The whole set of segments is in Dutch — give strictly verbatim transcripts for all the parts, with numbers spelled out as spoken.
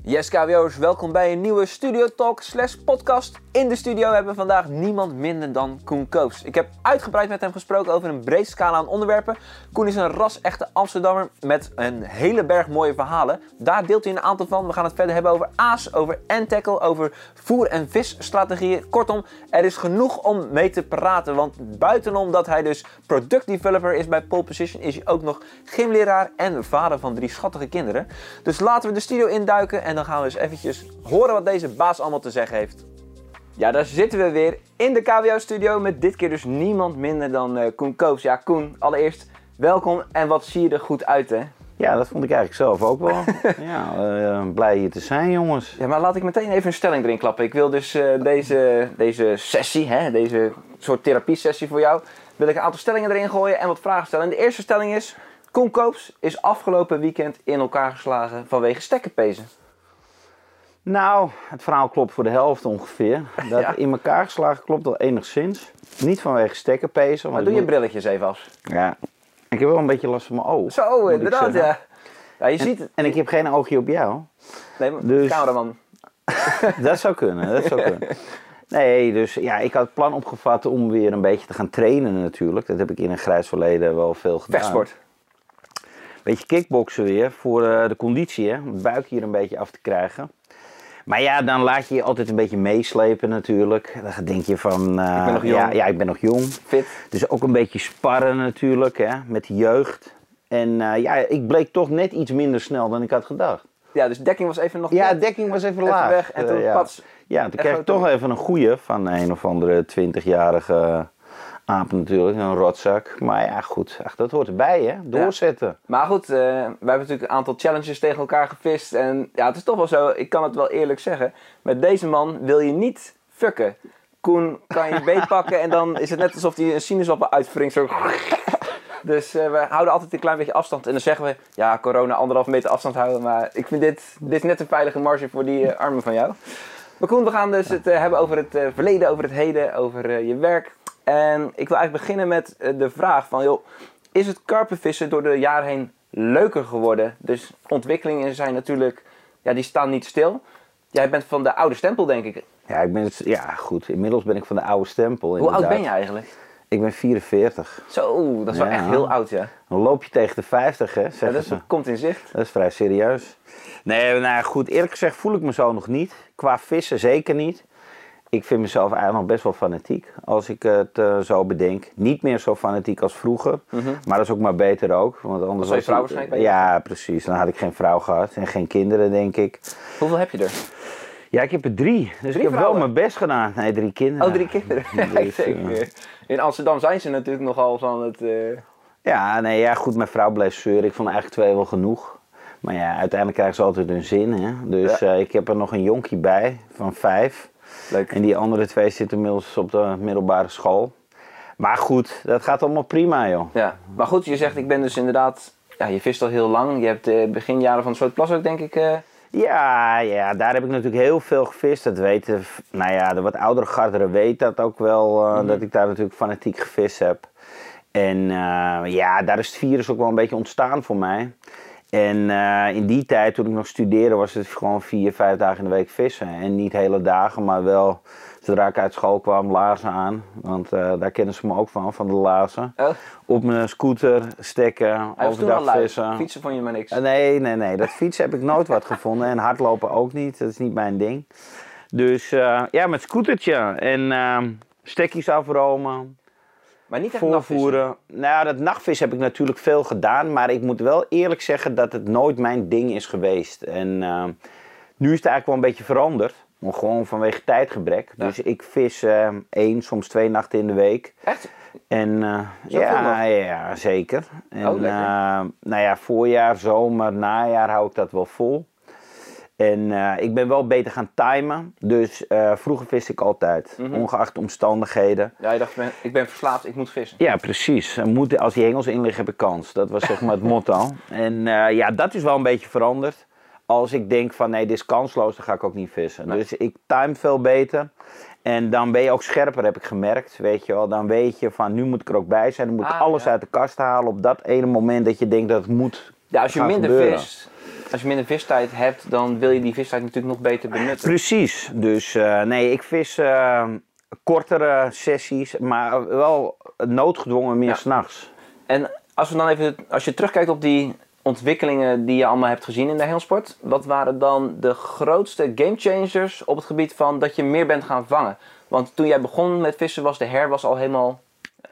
Yes, K W O'ers, welkom bij een nieuwe Studio Talk slash podcast. In de studio hebben we vandaag niemand minder dan Koen Koops. Ik heb uitgebreid met hem gesproken over een breed scala aan onderwerpen. Koen is een ras-echte Amsterdammer met een hele berg mooie verhalen. Daar deelt hij een aantal van. We gaan het verder hebben over aas, over N-tackle, over voer- en visstrategieën. Kortom, er is genoeg om mee te praten. Want buitenom dat hij dus product developer is bij Pole Position, is hij ook nog gymleraar en vader van drie schattige kinderen. Dus laten we de studio induiken en dan gaan we eens eventjes horen wat deze baas allemaal te zeggen heeft. Ja, daar zitten we weer in de K W O-studio met dit keer dus niemand minder dan uh, Koen Koops. Ja, Koen, allereerst welkom en wat zie je er goed uit, hè? Ja, dat vond ik eigenlijk zelf ook wel. ja, uh, blij hier te zijn, jongens. Ja, maar laat ik meteen even een stelling erin klappen. Ik wil dus uh, deze, deze sessie, hè, deze soort therapie-sessie voor jou, wil ik een aantal stellingen erin gooien en wat vragen stellen. En de eerste stelling is, Koen Koops is afgelopen weekend in elkaar geslagen vanwege stekkerpezen. Nou, het verhaal klopt voor de helft ongeveer. Dat Ja. in elkaar geslagen klopt al enigszins. Niet vanwege stekkerpezen. Maar doe je brilletjes even af. Ja, ik heb wel een beetje last van mijn oog. Zo, moet ik inderdaad, zeggen. ja. Ja, je En, ziet het. en ik heb geen oogje op jou. Nee, maar dus- cameraman. Dat zou kunnen, dat zou kunnen. Nee, dus ja, ik had het plan opgevat om weer een beetje te gaan trainen natuurlijk. Dat heb ik in een grijs verleden wel veel gedaan. Vechtsport. Beetje kickboksen weer voor uh, de conditie, hè. Om het buik hier een beetje af te krijgen. Maar ja, dan laat je je altijd een beetje meeslepen natuurlijk. Dan denk je van... Uh, Ik ben nog jong. Ja, ja, ik ben nog jong. Fit. Dus ook een beetje sparren natuurlijk, hè, met de jeugd. En uh, ja, ik bleek toch net iets minder snel dan ik had gedacht. Ja, dus dekking was even nog Ja, net dekking was even even laag. weg en toen Uh, ja. pats. Ja, toen en kreeg ik grote- toch even een goeie van een of andere twintigjarige aap natuurlijk. Een rotzak. Maar ja, goed. Ach, dat hoort erbij, hè. Doorzetten. Maar goed, uh, wij hebben natuurlijk een aantal challenges tegen elkaar gevist. En ja, het is toch wel zo, ik kan het wel eerlijk zeggen. Met deze man wil je niet fucken. Koen kan je beet pakken en dan is het net alsof hij een sinaasappel uitwringt. Zo. Dus uh, we houden altijd een klein beetje afstand. En dan zeggen we, ja, corona, anderhalf meter afstand houden. Maar ik vind dit, dit is net een veilige marge voor die uh, armen van jou. Maar Koen, we gaan dus het uh, hebben over het uh, verleden, over het heden, over uh, je werk. En ik wil eigenlijk beginnen met uh, de vraag van, joh, is het karpenvissen door de jaren heen leuker geworden? Dus ontwikkelingen zijn natuurlijk, ja, die staan niet stil. Jij bent van de oude stempel, denk ik. Ja, ik ben het, ja, goed. Inmiddels ben ik van de oude stempel. Hoe inderdaad. oud ben je eigenlijk? Ik ben vierenveertig. Zo, dat is wel Ja. echt heel oud, ja. Dan loop je tegen de vijftig, hè, Ja, zeggen dat ze. is- komt in zicht. Dat is vrij serieus. Nee, nou goed, eerlijk gezegd voel ik me zo nog niet. Qua vissen zeker niet. Ik vind mezelf eigenlijk nog best wel fanatiek, als ik het uh, zo bedenk. Niet meer zo fanatiek als vroeger, Mhm. maar dat is ook maar beter ook. Want anders Zou je was vrouw ik- waarschijnlijk bij je? Ja, precies. Dan had ik geen vrouw gehad en geen kinderen, denk ik. Hoeveel heb je er? Ja, ik heb er drie. Dus Drie ik heb vrouwen? wel mijn best gedaan. Nee, drie kinderen. Oh, drie kinderen. Dus, Zeker. uh, In Amsterdam zijn ze natuurlijk nogal van het... Uh... Ja, nee, ja, goed, mijn vrouw bleef zeuren. Ik vond eigenlijk twee wel genoeg. Maar ja, uiteindelijk krijgen ze altijd hun zin, hè. Dus Ja. uh, ik heb er nog een jonkie bij, van vijf. Leuk. En die andere twee zitten inmiddels op de middelbare school. Maar goed, dat gaat allemaal prima, joh. Ja, maar goed, je zegt ik ben dus inderdaad... Ja, je vist al heel lang. Je hebt de beginjaren van Soortplas ook, denk ik... Uh... Ja, ja, daar heb ik natuurlijk heel veel gevist. Dat weten, nou ja, de wat oudere garderen weet dat ook wel, uh, Mhm. dat ik daar natuurlijk fanatiek gevist heb. En uh, ja, daar is het virus ook wel een beetje ontstaan voor mij. En uh, in die tijd, toen ik nog studeerde, was het gewoon vier, vijf dagen in de week vissen. En niet hele dagen, maar wel zodra ik uit school kwam, laarzen aan. Want uh, daar kennen ze me ook van, van de laarzen. Oh, Op mijn scooter, stekken, hij was toen al overdag lui. vissen. Fietsen vond je maar niks. Uh, Nee, nee, nee. Dat fietsen heb ik nooit wat gevonden. En hardlopen ook niet. Dat is niet mijn ding. Dus uh, ja, met scootertje. En uh, stekjes afromen. Maar niet echt nachtvissen. Voorvoeren. Nou, dat nachtvis heb ik natuurlijk veel gedaan. Maar ik moet wel eerlijk zeggen dat het nooit mijn ding is geweest. En uh, nu is het eigenlijk wel een beetje veranderd. Maar gewoon vanwege tijdgebrek. Ja. Dus ik vis uh, één, soms twee nachten in de week. Echt? En uh, Zo veel nog? ja, ja, zeker. En Oh, lekker. uh, nou ja, voorjaar, zomer, najaar hou ik dat wel vol. En uh, ik ben wel beter gaan timen. Dus uh, vroeger viste ik altijd, Mhm. ongeacht de omstandigheden. Ja, je dacht, ik ben- ik ben verslaafd, ik moet vissen. Ja, precies. Er moet, als die hengels in liggen, heb ik kans. Dat was zeg maar het motto. En uh, ja, dat is wel een beetje veranderd. Als ik denk van nee, dit is kansloos, dan ga ik ook niet vissen. Nee. Dus ik time veel beter. En dan ben je ook scherper, heb ik gemerkt. Weet je wel, dan weet je van nu moet ik er ook bij zijn. Dan moet ik Ah, alles ja. uit de kast halen op dat ene moment dat je denkt dat het moet. Ja, als je gaan minder gebeuren. vist, als je minder vistijd hebt, dan wil je die vistijd natuurlijk nog beter benutten. Precies. Dus uh, nee, ik vis uh, kortere sessies, maar wel noodgedwongen meer ja. 's nachts. En als we dan even, als je terugkijkt op die ontwikkelingen die je allemaal hebt gezien in de hengelsport, wat waren dan de grootste gamechangers op het gebied van dat je meer bent gaan vangen? Want toen jij begon met vissen was de her was al helemaal...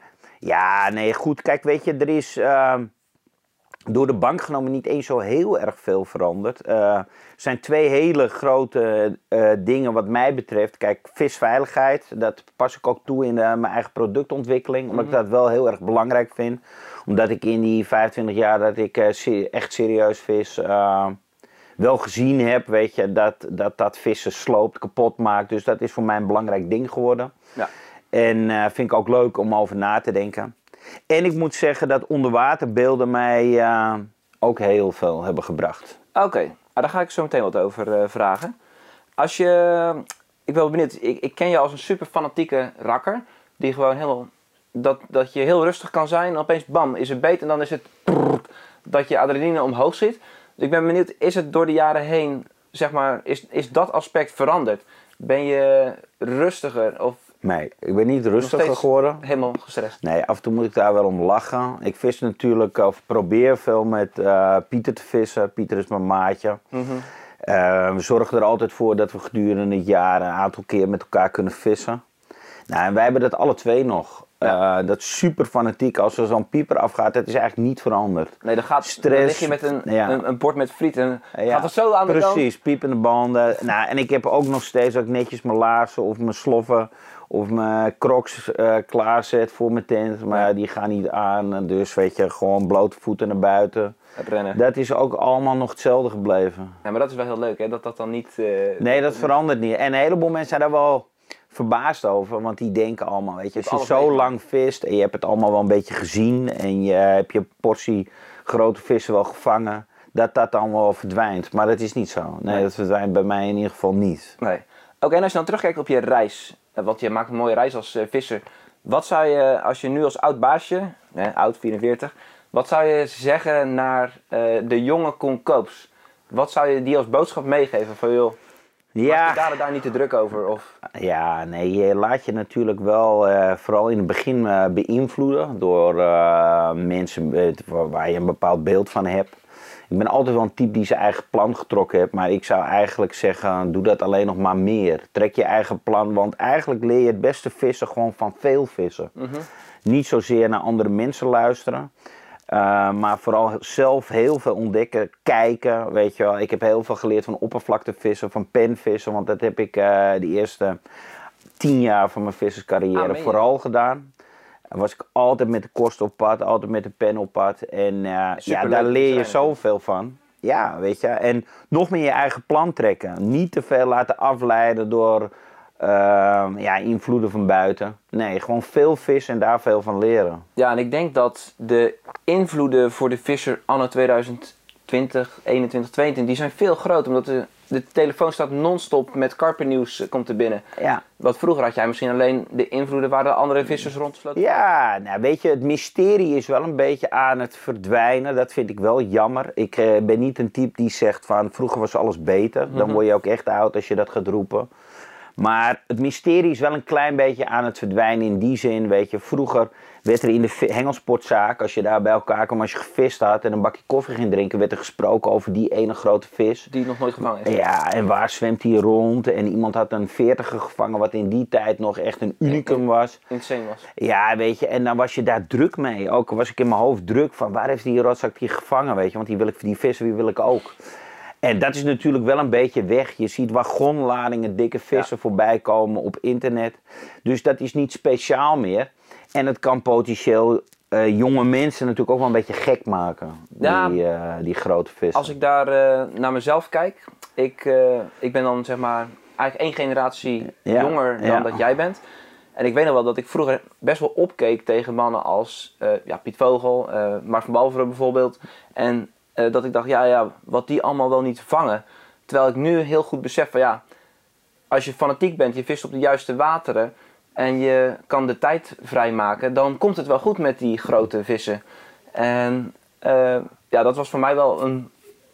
Ja, nee, goed. Kijk, weet je, er is uh, door de bank genomen niet eens zo heel erg veel veranderd. Uh, er zijn twee hele grote uh, dingen wat mij betreft. Kijk, visveiligheid, dat pas ik ook toe in uh, mijn eigen productontwikkeling. Omdat mm-hmm. ik dat wel heel erg belangrijk vind. Omdat ik in die vijfentwintig jaar dat ik uh, se- echt serieus vis... Uh, wel gezien heb, weet je, dat, dat dat vissen sloopt, kapot maakt. Dus dat is voor mij een belangrijk ding geworden. Ja. En uh, vind ik ook leuk om over na te denken. En ik moet zeggen dat onderwaterbeelden mij uh, ook heel veel hebben gebracht. Oké, okay. nou, daar ga ik zo meteen wat over uh, vragen. Als je, ik ben wel benieuwd, ik, ik ken je als een super fanatieke rakker. Die gewoon helemaal, dat, dat je heel rustig kan zijn en opeens bam, is het beet en dan is het prrr, dat je adrenaline omhoog zit. Dus ik ben benieuwd, is het door de jaren heen, zeg maar, is, is dat aspect veranderd? Ben je rustiger of... Nee, ik ben niet rustiger geworden. Helemaal gestrest? Nee, af en toe moet ik daar wel om lachen. Ik vis natuurlijk, of probeer veel met uh, Pieter te vissen. Pieter is mijn maatje. Mm-hmm. Uh, we zorgen er altijd voor dat we gedurende het jaar een aantal keer met elkaar kunnen vissen. Nou, en wij hebben dat alle twee nog. Ja. Uh, dat is super fanatiek. Als er zo'n pieper afgaat, dat is eigenlijk niet veranderd. Nee, dan, gaat, Stress, dan lig je met een, ja. een, een bord met friet en ja. gaat het zo aan de Precies, kant. Precies, piepende banden. Nou, en ik heb ook nog steeds ook netjes mijn laarzen of mijn sloffen of mijn crocs uh, klaarzet voor mijn tent. Maar ja. die gaan niet aan. Dus weet je, gewoon blote voeten naar buiten. Het rennen. Dat is ook allemaal nog hetzelfde gebleven. Ja, maar dat is wel heel leuk, hè? Dat dat dan niet... Uh, nee, dat, dat verandert niet. En een heleboel mensen zijn daar wel verbaasd over, want die denken allemaal, weet je, als je zo lang vist en je hebt het allemaal wel een beetje gezien en je hebt je portie grote vissen wel gevangen, dat dat dan wel verdwijnt. Maar dat is niet zo. Nee, nee. Dat verdwijnt bij mij in ieder geval niet. Nee. Oké, okay, en als je dan terugkijkt op je reis, want je maakt een mooie reis als uh, visser. Wat zou je, als je nu als oud baasje, hè, oud vierenveertig, wat zou je zeggen naar uh, de jonge Koen Koops? Wat zou je die als boodschap meegeven van joh, ja. maak je daar, daar niet te druk over? Of? Ja, nee, je laat je natuurlijk wel uh, vooral in het begin uh, beïnvloeden door uh, mensen uh, waar je een bepaald beeld van hebt. Ik ben altijd wel een type die zijn eigen plan getrokken heeft, maar ik zou eigenlijk zeggen, doe dat alleen nog maar meer. Trek je eigen plan, want eigenlijk leer je het beste vissen gewoon van veel vissen. Mm-hmm. Niet zozeer naar andere mensen luisteren. Uh, maar vooral zelf heel veel ontdekken, kijken, weet je wel. Ik heb heel veel geleerd van oppervlaktevissen, van penvissen, want dat heb ik uh, de eerste tien jaar van mijn visserscarrière ah, vooral gedaan. Dan was ik altijd met de korst op pad, altijd met de pen op pad. En uh, ja, daar leer je zoveel van. Ja, weet je. En nog meer je eigen plan trekken. Niet te veel laten afleiden door uh, ja, invloeden van buiten. Nee, gewoon veel vissen en daar veel van leren. Ja, en ik denk dat de invloeden voor de visser anno tweeduizend twintig, eenentwintig, tweeëntwintig, die zijn veel groter. Omdat de, de telefoon staat non-stop met karpernieuws uh, komt er binnen. Ja. Wat vroeger had jij misschien alleen de invloeden waar de andere vissers rondvloten. Ja, nou weet je, het mysterie is wel een beetje aan het verdwijnen. Dat vind ik wel jammer. Ik uh, ben niet een type die zegt van vroeger was alles beter. Mm-hmm. Dan word je ook echt oud als je dat gaat roepen. Maar het mysterie is wel een klein beetje aan het verdwijnen in die zin, weet je. Vroeger werd er in de hengelsportzaak, als je daar bij elkaar kwam, als je gevist had en een bakje koffie ging drinken, werd er gesproken over die ene grote vis. Die nog nooit gevangen is. Ja, en waar zwemt die rond? En iemand had een veertiger gevangen, wat in die tijd nog echt een unicum was. Insane was. Ja, weet je, en dan was je daar druk mee. Ook was ik in mijn hoofd druk van, waar heeft die rotzak die gevangen, weet je. Want die wil ik, die vissen, die wil ik ook. En dat is natuurlijk wel een beetje weg. Je ziet wagonladingen dikke vissen ja. voorbij komen op internet. Dus dat is niet speciaal meer. En het kan potentieel uh, jonge mensen natuurlijk ook wel een beetje gek maken. Ja, die, uh, die grote vissen. Als ik daar uh, naar mezelf kijk. Ik, uh, ik ben dan zeg maar eigenlijk één generatie ja. jonger dan ja. dat jij bent. En ik weet nog wel dat ik vroeger best wel opkeek tegen mannen als uh, ja, Piet Vogel, uh, Mark van Balveren bijvoorbeeld. En Uh, dat ik dacht, ja, ja, wat die allemaal wel niet vangen. Terwijl ik nu heel goed besef van ja, als je fanatiek bent, je vist op de juiste wateren en je kan de tijd vrijmaken, dan komt het wel goed met die grote vissen. En uh, ja, dat was voor mij wel een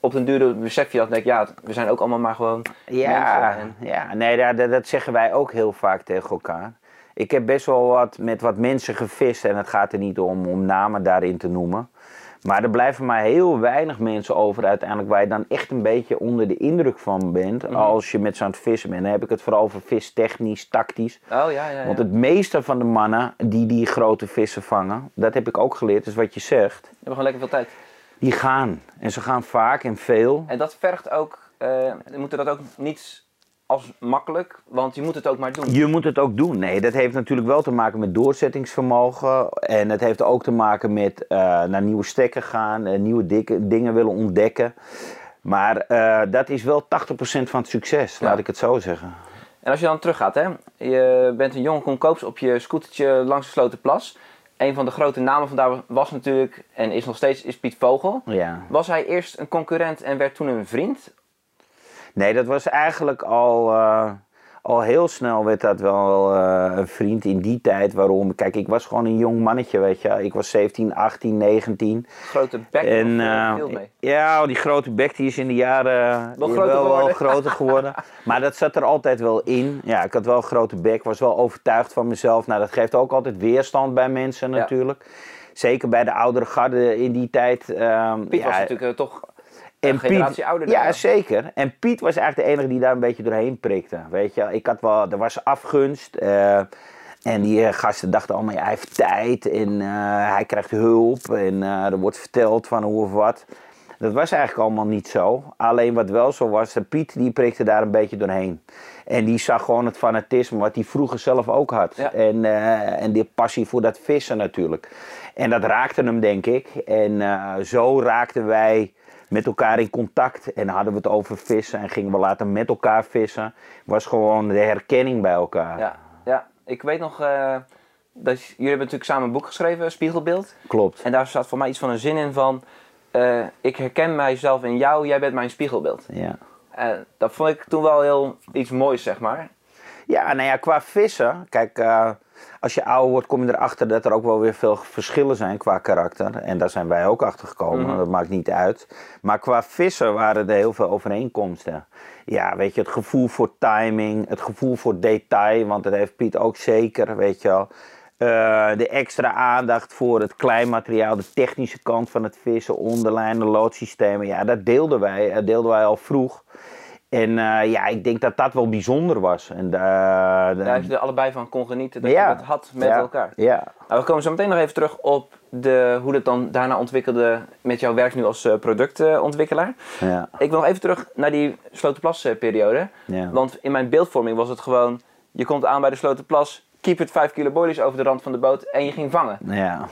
op den duur besef je dat en denk ja, we zijn ook allemaal maar gewoon Ja, mensen. En... ja nee, dat, dat, dat zeggen wij ook heel vaak tegen elkaar. Ik heb best wel wat met wat mensen gevist en het gaat er niet om om namen daarin te noemen. Maar er blijven maar heel weinig mensen over uiteindelijk waar je dan echt een beetje onder de indruk van bent. Mm-hmm. Als je met zo'n vissen bent. Dan heb ik het vooral over vistechnisch, tactisch. Oh, ja, ja, ja. Want het meeste van de mannen die die grote vissen vangen, dat heb ik ook geleerd, dus wat je zegt. Die hebben gewoon lekker veel tijd. Die gaan. En ze gaan vaak en veel. En dat vergt ook, uh, we moeten dat ook niet als makkelijk, want je moet het ook maar doen. Je moet het ook doen. Nee, dat heeft natuurlijk wel te maken met doorzettingsvermogen. En het heeft ook te maken met uh, naar nieuwe stekken gaan, uh, nieuwe dikke, dingen willen ontdekken. Maar uh, dat is wel tachtig procent van het succes, ja. Laat ik het zo zeggen. En als je dan teruggaat, hè, je bent een jonge Koen Koops op je scootertje langs de Slotenplas. Een van de grote namen vandaar was natuurlijk, en is nog steeds, is Piet Vogel. Ja. Was hij eerst een concurrent en werd toen een vriend? Nee, dat was eigenlijk al, uh, al heel snel werd dat wel uh, een vriend in die tijd. Waarom? Kijk, ik was gewoon een jong mannetje, weet je. Ik was zeventien, achttien, negentien. Grote bek, en, uh, veel mee. Ja, die grote bek die is in de jaren wel, wel, groter, wel groter geworden. Maar dat zat er altijd wel in. Ja, ik had wel een grote bek, was wel overtuigd van mezelf. Nou, dat geeft ook altijd weerstand bij mensen natuurlijk. Ja. Zeker bij de oudere garde in die tijd. Uh, Piet ja, was natuurlijk uh, toch... En een generatie Piet, ouder dan ja, jou. zeker. En Piet was eigenlijk de enige die daar een beetje doorheen prikte. Weet je, ik had wel, er was afgunst. Uh, en die uh, gasten dachten allemaal, ja, hij heeft tijd en uh, hij krijgt hulp. En uh, er wordt verteld van hoe of wat. Dat was eigenlijk allemaal niet zo. Alleen wat wel zo was, Piet die prikte daar een beetje doorheen. En die zag gewoon het fanatisme wat hij vroeger zelf ook had. Ja. En, uh, en die passie voor dat vissen natuurlijk. En dat raakte hem, denk ik. En uh, zo raakten wij met elkaar in contact en hadden we het over vissen en gingen we later met elkaar vissen. Was gewoon de herkenning bij elkaar. Ja, ja. Ik weet nog, uh, dat jullie hebben natuurlijk samen een boek geschreven, Spiegelbeeld. Klopt. En daar staat voor mij iets van een zin in van, uh, ik herken mijzelf in jou, jij bent mijn spiegelbeeld. Ja. En dat vond ik toen wel heel iets moois, zeg maar. Ja, nou ja, qua vissen, kijk, uh, als je ouder wordt kom je erachter dat er ook wel weer veel verschillen zijn qua karakter. En daar zijn wij ook achter gekomen, mm-hmm. Dat maakt niet uit. Maar qua vissen waren er heel veel overeenkomsten. Ja, weet je, het gevoel voor timing, het gevoel voor detail, want dat heeft Piet ook zeker, weet je wel. Uh, de extra aandacht voor het kleinmateriaal, de technische kant van het vissen, onderlijnen, loodsystemen. Ja, dat deelden wij, dat deelden wij al vroeg. En uh, ja, ik denk dat dat wel bijzonder was. En, uh, Daar heeft je er allebei van kon genieten dat ja, je dat had met ja, elkaar. Ja. Nou, we komen zo meteen nog even terug op de, hoe dat dan daarna ontwikkelde met jouw werk nu als uh, productontwikkelaar. Ja. Ik wil nog even terug naar die Slotenplas periode. Ja. Want in mijn beeldvorming was het gewoon, je komt aan bij de Slotenplas, keep it vijf kilo boilies over de rand van de boot en je ging vangen. Ja.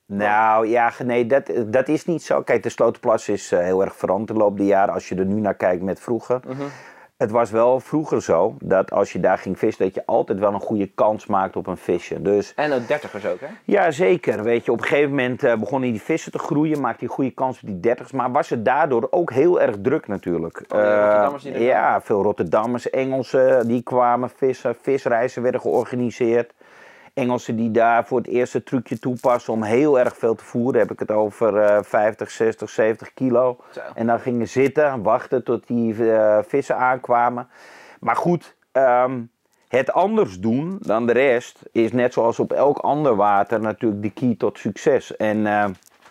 Nou ja, nee, dat, dat is niet zo. Kijk, de Slotenplas is uh, heel erg veranderd de loop der jaren als je er nu naar kijkt met vroeger. Mm-hmm. Het was wel vroeger zo dat als je daar ging vissen, dat je altijd wel een goede kans maakte op een visje. Dus, en ook dertigers ook, hè? Ja, zeker. Weet je, op een gegeven moment uh, begonnen die vissen te groeien, maakte je goede kans op die dertigers. Maar was het daardoor ook heel erg druk natuurlijk. Oh, ja, Rotterdammers die uh, ja, veel Rotterdammers, Engelsen die kwamen vissen, visreizen werden georganiseerd. Engelsen die daar voor het eerste trucje toepassen om heel erg veel te voeren. Heb ik het over uh, vijftig, zestig, zeventig kilo. Zo. En dan gingen zitten, wachten tot die uh, vissen aankwamen. Maar goed, um, het anders doen dan de rest is net zoals op elk ander water natuurlijk de key tot succes. En uh,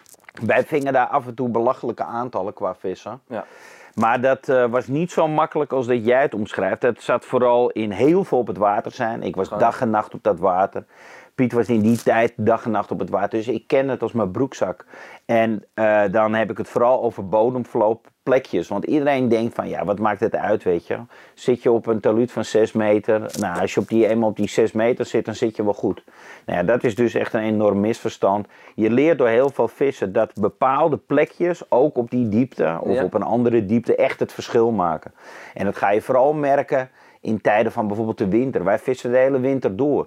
wij vingen daar af en toe belachelijke aantallen qua vissen. Ja. Maar dat uh, was niet zo makkelijk als dat jij het omschrijft. Het zat vooral in heel veel op het water zijn. Ik was Gewoon. dag en nacht op dat water. Piet was in die tijd dag en nacht op het water. Dus ik ken het als mijn broekzak. En uh, dan heb ik het vooral over bodemverloop plekjes. Want iedereen denkt van, ja, wat maakt het uit, weet je. Zit je op een taluut van zes meter. Nou, als je op die, eenmaal op die zes meter zit, dan zit je wel goed. Nou ja, dat is dus echt een enorm misverstand. Je leert door heel veel vissen dat bepaalde plekjes, ook op die diepte of ja. op een andere diepte, echt het verschil maken. En dat ga je vooral merken in tijden van bijvoorbeeld de winter. Wij vissen de hele winter door.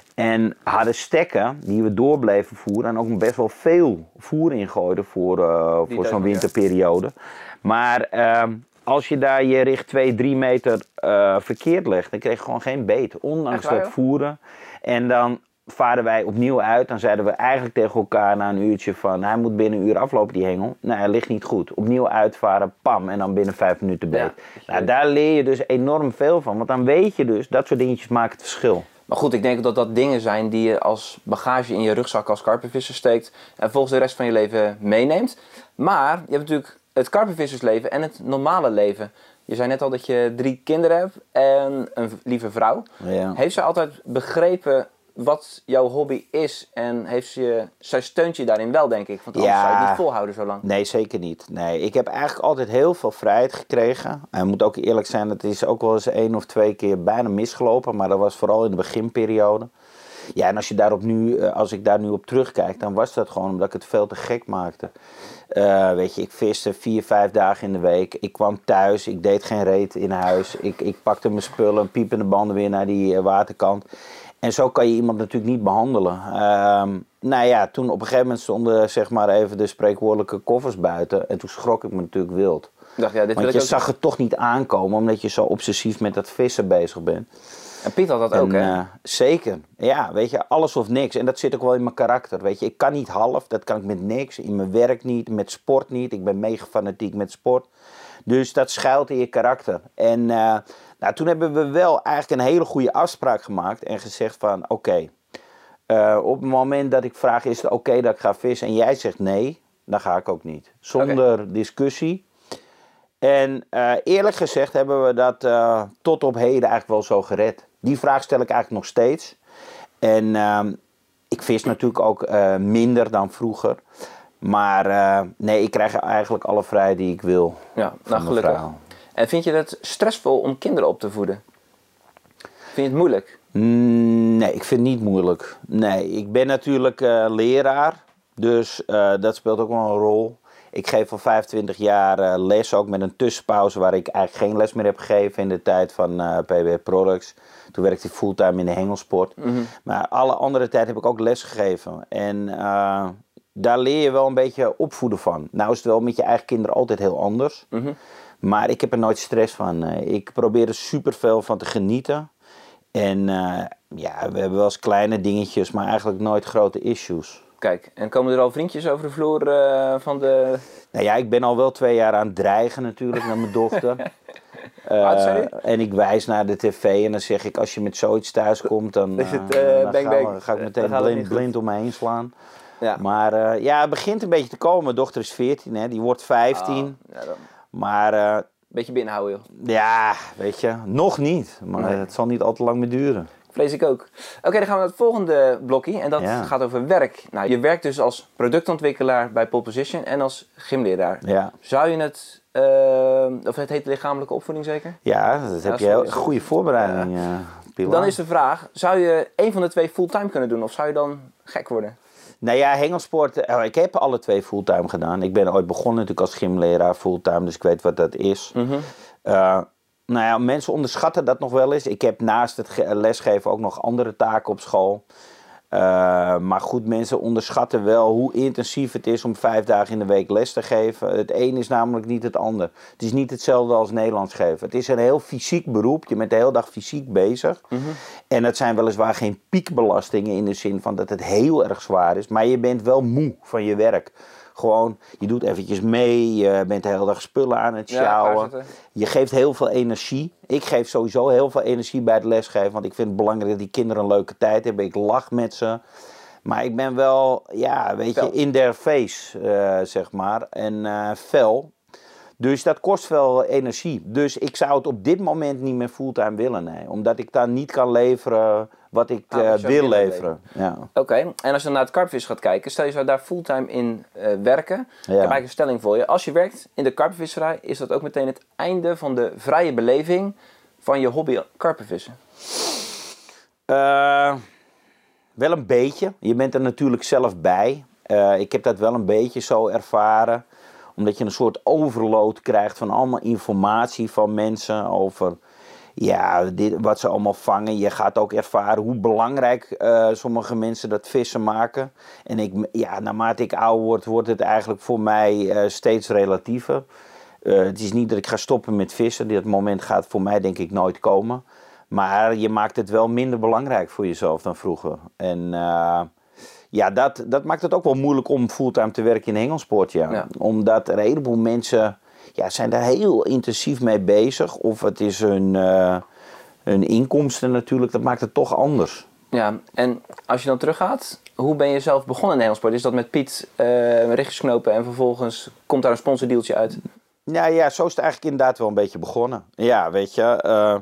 En hadden stekken die we door bleven voeren en ook best wel veel voer ingooiden voor, uh, voor zo'n winterperiode. Maar uh, als je daar je richt twee, drie meter uh, verkeerd legt, dan kreeg je gewoon geen beet. Ondanks dat voeren. En dan varen wij opnieuw uit. Dan zeiden we eigenlijk tegen elkaar na een uurtje van... hij moet binnen een uur aflopen, die hengel. Nee, hij ligt niet goed. Opnieuw uitvaren, pam, en dan binnen vijf minuten beet. Ja, nou, daar leer je dus enorm veel van. Want dan weet je dus, dat soort dingetjes maken het verschil. Maar goed, ik denk dat dat dingen zijn die je als bagage in je rugzak als karpenvisser steekt... en volgens de rest van je leven meeneemt. Maar je hebt natuurlijk het karpenvissersleven en het normale leven... Je zei net al dat je drie kinderen hebt en een lieve vrouw. Ja. Heeft zij altijd begrepen wat jouw hobby is? En heeft ze, zij steunt je daarin wel, denk ik. Want anders ja. zou je het niet volhouden zo lang. Nee, zeker niet. Nee, ik heb eigenlijk altijd heel veel vrijheid gekregen. En moet ook eerlijk zijn, het is ook wel eens één of twee keer bijna misgelopen. Maar dat was vooral in de beginperiode. Ja, en als, je daarop nu, als ik daar nu op terugkijk, dan was dat gewoon omdat ik het veel te gek maakte. Uh, weet je, ik viste vier, vijf dagen in de week. Ik kwam thuis, ik deed geen reet in huis. Ik, ik pakte mijn spullen, piepende banden weer naar die uh, waterkant. En zo kan je iemand natuurlijk niet behandelen. Uh, nou ja, toen op een gegeven moment stonden zeg maar even de spreekwoordelijke koffers buiten. En toen schrok ik me natuurlijk wild. Dacht, ja, dit Want wil je ik ook... zag het toch niet aankomen, omdat je zo obsessief met dat vissen bezig bent. En Piet had dat en, ook, hè? Uh, zeker. Ja, weet je, alles of niks. En dat zit ook wel in mijn karakter. Weet je, ik kan niet half, dat kan ik met niks. In mijn werk niet, met sport niet. Ik ben mega fanatiek met sport. Dus dat schuilt in je karakter. En uh, nou, toen hebben we wel eigenlijk een hele goede afspraak gemaakt. En gezegd van, oké, okay, uh, op het moment dat ik vraag, is het oké okay dat ik ga vissen? En jij zegt nee, dan ga ik ook niet. Zonder okay. discussie. En uh, eerlijk gezegd hebben we dat uh, tot op heden eigenlijk wel zo gered. Die vraag stel ik eigenlijk nog steeds. En uh, ik vis natuurlijk ook uh, minder dan vroeger. Maar uh, nee, ik krijg eigenlijk alle vrijheid die ik wil. Ja, nou gelukkig. Vrouw. En vind je het stressvol om kinderen op te voeden? Vind je het moeilijk? Mm, nee, ik vind het niet moeilijk. Nee, ik ben natuurlijk uh, leraar. Dus uh, dat speelt ook wel een rol. Ik geef al vijfentwintig jaar uh, les, ook met een tussenpauze waar ik eigenlijk geen les meer heb gegeven in de tijd van uh, P W Products. Toen werkte ik fulltime in de hengelsport. Mm-hmm. Maar alle andere tijd heb ik ook les gegeven. En uh, daar leer je wel een beetje opvoeden van. Nou is het wel met je eigen kinderen altijd heel anders. Mm-hmm. Maar ik heb er nooit stress van. Ik probeer er superveel van te genieten. En uh, ja, we hebben wel eens kleine dingetjes, maar eigenlijk nooit grote issues. Kijk, en komen er al vriendjes over de vloer uh, van de... Nou ja, ik ben al wel twee jaar aan het dreigen natuurlijk naar mijn dochter. uh, en ik wijs naar de tv en dan zeg ik, als je met zoiets thuis komt, dan, uh, het, uh, dan bang, ga, bang. ga ik meteen blind, blind om me heen slaan. Ja. Maar uh, ja, het begint een beetje te komen. Mijn dochter is veertien, hè, die wordt vijftien. Oh, ja, dan... Maar... Uh, beetje binnenhouden, joh. Ja, weet je, nog niet. Maar nee. Het zal niet al te lang meer duren. Vlees ik ook. Oké, okay, dan gaan we naar het volgende blokje. En dat ja. gaat over werk. Nou, je werkt dus als productontwikkelaar bij Pole Position en als gymleraar. Ja. Zou je het... Uh, of het heet lichamelijke opvoeding zeker? Ja, dat heb ja, je een goede voorbereiding. Ja. Uh, dan is de vraag, zou je een van de twee fulltime kunnen doen? Of zou je dan gek worden? Nou ja, hengelsport, ik heb alle twee fulltime gedaan. Ik ben ooit begonnen natuurlijk als gymleraar fulltime, dus ik weet wat dat is. Mm-hmm. Uh, nou ja, mensen onderschatten dat nog wel eens. Ik heb naast het lesgeven ook nog andere taken op school. Uh, maar goed, mensen onderschatten wel hoe intensief het is om vijf dagen in de week les te geven. Het een is namelijk niet het ander. Het is niet hetzelfde als Nederlands geven. Het is een heel fysiek beroep. Je bent de hele dag fysiek bezig. Mm-hmm. En het zijn weliswaar geen piekbelastingen in de zin van dat het heel erg zwaar is. Maar je bent wel moe van je werk. Gewoon, je doet eventjes mee, je bent de hele dag spullen aan het sjouwen. Ja, je geeft heel veel energie. Ik geef sowieso heel veel energie bij het lesgeven, want ik vind het belangrijk dat die kinderen een leuke tijd hebben. Ik lach met ze. Maar ik ben wel, ja, weet fel. je, in their face, uh, zeg maar. En uh, fel. Dus dat kost veel energie. Dus ik zou het op dit moment niet meer fulltime willen, nee. Omdat ik dan niet kan leveren wat ik ah, uh, wil leveren. Ja. Oké, okay. En als je naar het karpvis gaat kijken, stel je zou daar fulltime in uh, werken. Ja. Ik heb eigenlijk een stelling voor je. Als je werkt in de karpenvisserij, is dat ook meteen het einde van de vrije beleving van je hobby karpenvissen? Uh, wel een beetje. Je bent er natuurlijk zelf bij. Uh, ik heb dat wel een beetje zo ervaren. Omdat je een soort overload krijgt van allemaal informatie van mensen over ja, dit, wat ze allemaal vangen. Je gaat ook ervaren hoe belangrijk uh, sommige mensen dat vissen maken. En ik, ja, naarmate ik ouder word, wordt het eigenlijk voor mij uh, steeds relatiever. Uh, het is niet dat ik ga stoppen met vissen. Dat moment gaat voor mij denk ik nooit komen. Maar je maakt het wel minder belangrijk voor jezelf dan vroeger. En uh, ja, dat, dat maakt het ook wel moeilijk om fulltime te werken in hengelsport. Ja. Ja. Omdat er een heleboel mensen ja, zijn daar heel intensief mee bezig. Of het is hun, uh, hun inkomsten natuurlijk. Dat maakt het toch anders. Ja, en als je dan teruggaat, hoe ben je zelf begonnen in hengelsport? Is dat met Piet uh, richtjes knopen en vervolgens komt daar een sponsordealtje uit? Ja, ja, zo is het eigenlijk inderdaad wel een beetje begonnen. Ja, weet je... Uh,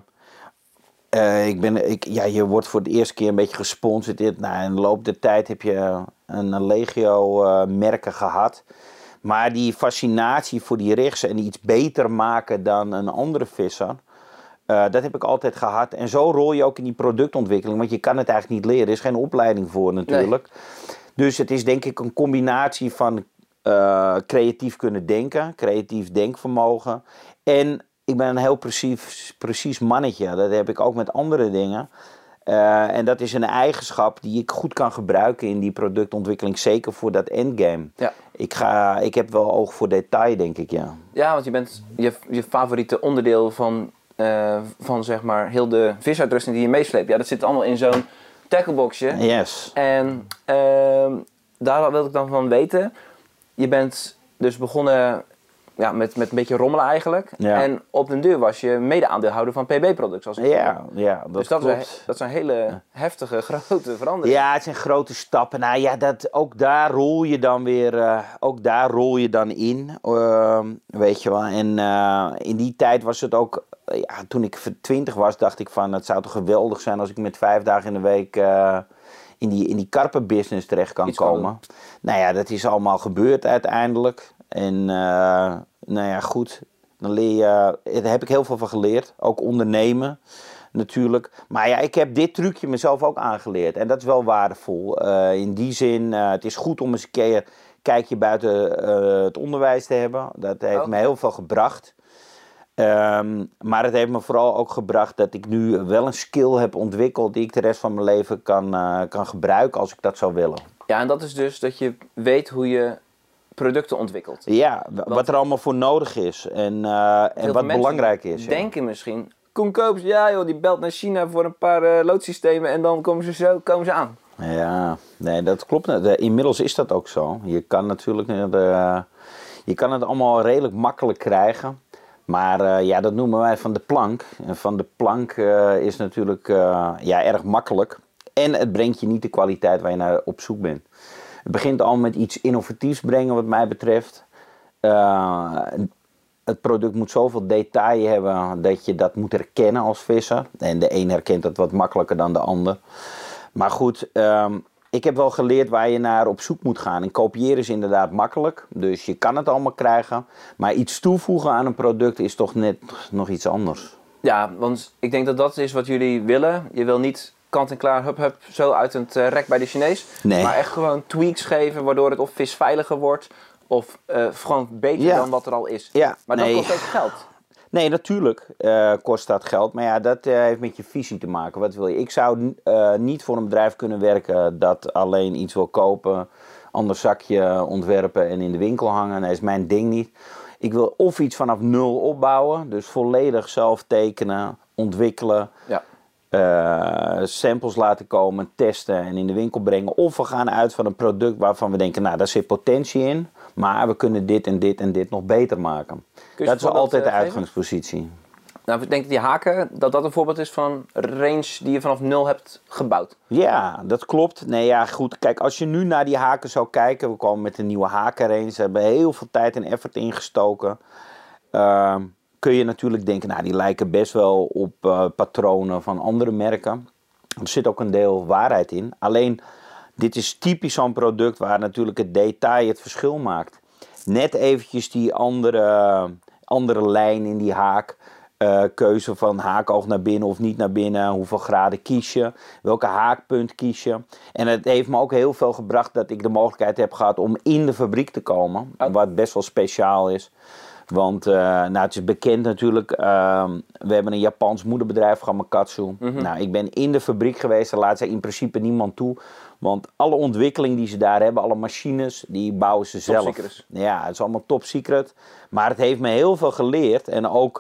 Uh, ik ben, ik, ja, je wordt voor de eerste keer een beetje gesponsord. Nou, in de loop der tijd heb je een, een legio uh, merken gehad. Maar die fascinatie voor die rigs en iets beter maken dan een andere visser, uh, dat heb ik altijd gehad. En zo rol je ook in die productontwikkeling, want je kan het eigenlijk niet leren. Er is geen opleiding voor natuurlijk. Nee. Dus het is denk ik een combinatie van uh, creatief kunnen denken, creatief denkvermogen en... Ik ben een heel precies, precies mannetje. Dat heb ik ook met andere dingen. Uh, en dat is een eigenschap die ik goed kan gebruiken in die productontwikkeling. Zeker voor dat endgame. Ja. Ik, ga, ik heb wel oog voor detail, denk ik, ja. Ja, want je bent je, je favoriete onderdeel van, uh, van zeg maar heel de visuitrusting die je meesleept. Ja, dat zit allemaal in zo'n tackleboxje. Yes. En uh, daar wil ik dan van weten. Je bent dus begonnen... Ja, met, met een beetje rommelen eigenlijk. Ja. En op den duur was je mede-aandeelhouder van P B Products. Als ik ja, ja, dat dus dat klopt. Is, dat zijn hele ja. heftige, grote veranderingen. Ja, het zijn grote stappen. Nou ja, dat, ook daar rol je dan weer uh, ook daar rol je dan in. Uh, weet je wel. En uh, in die tijd was het ook... Uh, ja, toen ik twintig was, dacht ik van... Het zou toch geweldig zijn als ik met vijf dagen in de week... Uh, in die, in die karpenbusiness terecht kan Iets komen. Kan nou ja, dat is allemaal gebeurd uiteindelijk. En uh, nou ja, goed, dan leer je, daar heb ik heel veel van geleerd. Ook ondernemen natuurlijk. Maar ja, ik heb dit trucje mezelf ook aangeleerd. En dat is wel waardevol. Uh, in die zin, uh, het is goed om eens een keer een kijkje buiten uh, het onderwijs te hebben. Dat heeft oh. me heel veel gebracht. Um, maar het heeft me vooral ook gebracht dat ik nu wel een skill heb ontwikkeld... die ik de rest van mijn leven kan, uh, kan gebruiken als ik dat zou willen. Ja, en dat is dus dat je weet hoe je... producten ontwikkelt. Ja, wat Want er allemaal voor nodig is en, uh, en wat belangrijk is. Denken ja. misschien, Koen Koops, ja joh, die belt naar China voor een paar uh, loodsystemen en dan komen ze zo komen ze aan. Ja, nee, dat klopt. De, inmiddels is dat ook zo. Je kan natuurlijk, de, je kan het allemaal redelijk makkelijk krijgen. Maar uh, ja, dat noemen wij van de plank. En van de plank uh, is natuurlijk uh, ja, erg makkelijk. En het brengt je niet de kwaliteit waar je naar op zoek bent. Het begint al met iets innovatiefs brengen wat mij betreft. Uh, het product moet zoveel detail hebben dat je dat moet herkennen als visser. En de een herkent dat wat makkelijker dan de ander. Maar goed, um, ik heb wel geleerd waar je naar op zoek moet gaan. En kopiëren is inderdaad makkelijk. Dus je kan het allemaal krijgen. Maar iets toevoegen aan een product is toch net nog iets anders. Ja, want ik denk dat dat is wat jullie willen. Je wil niet... kant en klaar, hup, hup, zo uit het uh, rek bij de Chinees. Nee. Maar echt gewoon tweaks geven, waardoor het of visveiliger wordt... of uh, gewoon beter ja. dan wat er al is. Ja. Maar nee. dat kost ook geld. Nee, natuurlijk uh, kost dat geld. Maar ja, dat uh, heeft met je visie te maken. Wat wil je? Ik zou uh, niet voor een bedrijf kunnen werken... dat alleen iets wil kopen... ander zakje ontwerpen en in de winkel hangen. Dat is mijn ding niet. Ik wil of iets vanaf nul opbouwen... dus volledig zelf tekenen, ontwikkelen... Ja. Uh, samples laten komen, testen en in de winkel brengen. Of we gaan uit van een product waarvan we denken, nou daar zit potentie in. Maar we kunnen dit en dit en dit nog beter maken. Dat is altijd de uitgangspositie. Nou, ik denk dat die haken, dat dat een voorbeeld is van een range die je vanaf nul hebt gebouwd. Ja, dat klopt. Nee, ja, goed. Kijk, als je nu naar die haken zou kijken. We komen met een nieuwe hakenrange. Ze hebben heel veel tijd en effort ingestoken. Uh, kun je natuurlijk denken, nou die lijken best wel op uh, patronen van andere merken. Er zit ook een deel waarheid in. Alleen, dit is typisch zo'n product waar natuurlijk het detail het verschil maakt. Net eventjes die andere, andere lijn in die haak. Uh, keuze van haakoog naar binnen of niet naar binnen. Hoeveel graden kies je? Welke haakpunt kies je? En het heeft me ook heel veel gebracht dat ik de mogelijkheid heb gehad om in de fabriek te komen. Oh. Wat best wel speciaal is. Want uh, nou, het is bekend natuurlijk, uh, we hebben een Japans moederbedrijf, Gamakatsu. Mm-hmm. Nou, ik ben in de fabriek geweest, daar laat ze in principe niemand toe. Want alle ontwikkeling die ze daar hebben, alle machines, die bouwen ze zelf. Top secret. Ja, het is allemaal top secret. Maar het heeft me heel veel geleerd en ook...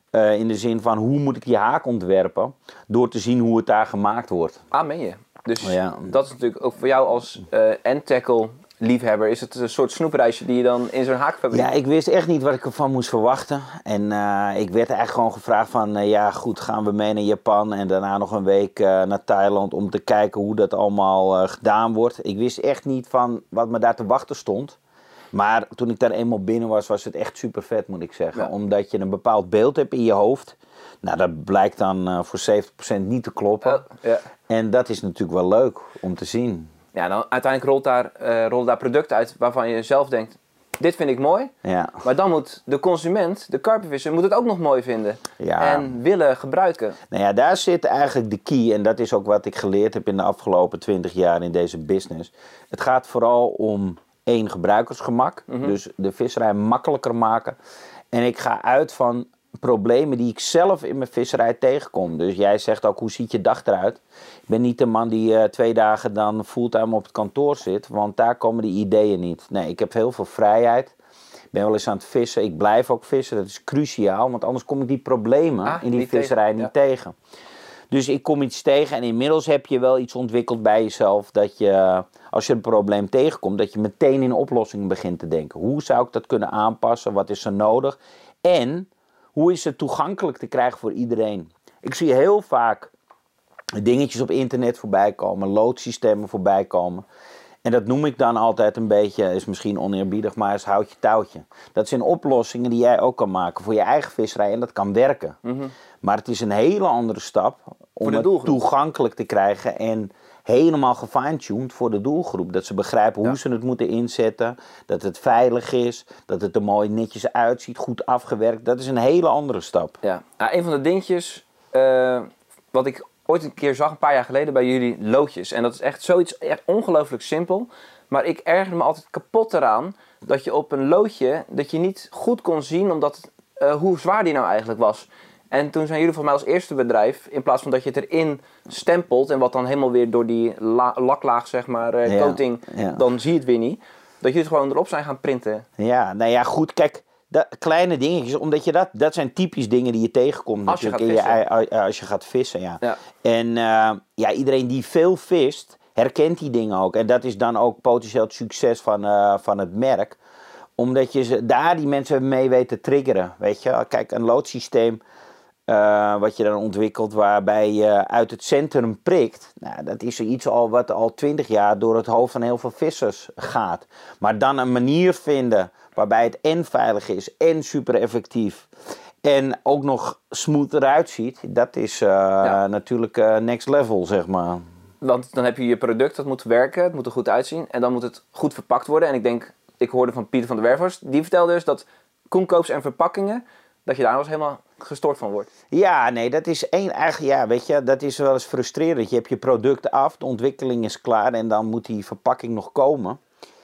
Uh, in de zin van hoe moet ik die haak ontwerpen, door te zien hoe het daar gemaakt wordt. Ah, meen je? Dus ja. dat is natuurlijk ook voor jou als uh, end-tackle liefhebber, is het een soort snoepreisje die je dan in zo'n haakfabriek... Ja, ik wist echt niet wat ik ervan moest verwachten. En uh, ik werd eigenlijk gewoon gevraagd van, uh, ja goed, gaan we mee naar Japan en daarna nog een week uh, naar Thailand om te kijken hoe dat allemaal uh, gedaan wordt. Ik wist echt niet van wat me daar te wachten stond. Maar toen ik daar eenmaal binnen was, was het echt super vet, moet ik zeggen. Ja. Omdat je een bepaald beeld hebt in je hoofd. Nou, dat blijkt dan uh, voor zeventig procent niet te kloppen. Oh, ja. En dat is natuurlijk wel leuk om te zien. Ja, dan uiteindelijk rolt daar, uh, rollen daar producten uit waarvan je zelf denkt, dit vind ik mooi. Ja. Maar dan moet de consument, de karpenvisser, moet het ook nog mooi vinden. Ja. En willen gebruiken. Nou ja, daar zit eigenlijk de key. En dat is ook wat ik geleerd heb in de afgelopen twintig jaar in deze business. Het gaat vooral om één, gebruikersgemak. Mm-hmm. Dus de visserij makkelijker maken. En ik ga uit van problemen die ik zelf in mijn visserij tegenkom. Dus jij zegt ook, hoe ziet je dag eruit? Ik ben niet de man die uh, twee dagen dan fulltime op het kantoor zit. Want daar komen die ideeën niet. Nee, ik heb heel veel vrijheid. Ik ben wel eens aan het vissen. Ik blijf ook vissen. Dat is cruciaal. Want anders kom ik die problemen ah, in die visserij tegen. niet ja. tegen. Dus ik kom iets tegen. En inmiddels heb je wel iets ontwikkeld bij jezelf. Dat je, als je een probleem tegenkomt, dat je meteen in oplossingen begint te denken. Hoe zou ik dat kunnen aanpassen? Wat is er nodig? En hoe is het toegankelijk te krijgen voor iedereen? Ik zie heel vaak dingetjes op internet voorbij komen. Loodsystemen voorbij komen. En dat noem ik dan altijd een beetje, is misschien oneerbiedig, maar is houtje touwtje. Dat zijn oplossingen die jij ook kan maken voor je eigen visserij en dat kan werken. Mm-hmm. Maar het is een hele andere stap om het toegankelijk te krijgen en helemaal gefine-tuned voor de doelgroep. Dat ze begrijpen hoe ja. ze het moeten inzetten, dat het veilig is, dat het er mooi netjes uitziet, goed afgewerkt. Dat is een hele andere stap. Ja, nou, een van de dingetjes uh, wat ik ooit een keer zag, een paar jaar geleden bij jullie, loodjes. En dat is echt zoiets echt ongelooflijk simpel. Maar ik ergerde me altijd kapot eraan dat je op een loodje, dat je niet goed kon zien omdat, uh, hoe zwaar die nou eigenlijk was. En toen zijn jullie volgens mij als eerste bedrijf, in plaats van dat je het erin stempelt en wat dan helemaal weer door die la- laklaag, zeg maar, uh, ja, coating, ja. dan zie je het weer niet. Dat jullie het gewoon erop zijn gaan printen. Ja, nou ja, goed, kijk. Dat, kleine dingetjes, omdat je dat, dat zijn typisch dingen die je tegenkomt als je natuurlijk gaat in je, als je gaat vissen. Ja. Ja. En uh, ja, iedereen die veel vist, herkent die dingen ook. En dat is dan ook potentieel het succes van, uh, van het merk. Omdat je ze, daar die mensen mee weet te triggeren. Weet je, kijk, een loodsysteem uh, wat je dan ontwikkelt waarbij je uit het centrum prikt. Nou, dat is iets al wat al twintig jaar door het hoofd van heel veel vissers gaat. Maar dan een manier vinden waarbij het en veilig is en super effectief. En ook nog smooth eruit ziet. Dat is uh, ja. natuurlijk uh, next level, zeg maar. Want dan heb je je product, dat moet werken. Het moet er goed uitzien. En dan moet het goed verpakt worden. En ik denk, ik hoorde van Pieter van der Wervers. Die vertelde dus dat koenkoops en verpakkingen, dat je daar wel eens helemaal gestoord van wordt. Ja, nee, dat is één eigen, ja, weet je, dat is wel eens frustrerend. Je hebt je product af, de ontwikkeling is klaar en dan moet die verpakking nog komen.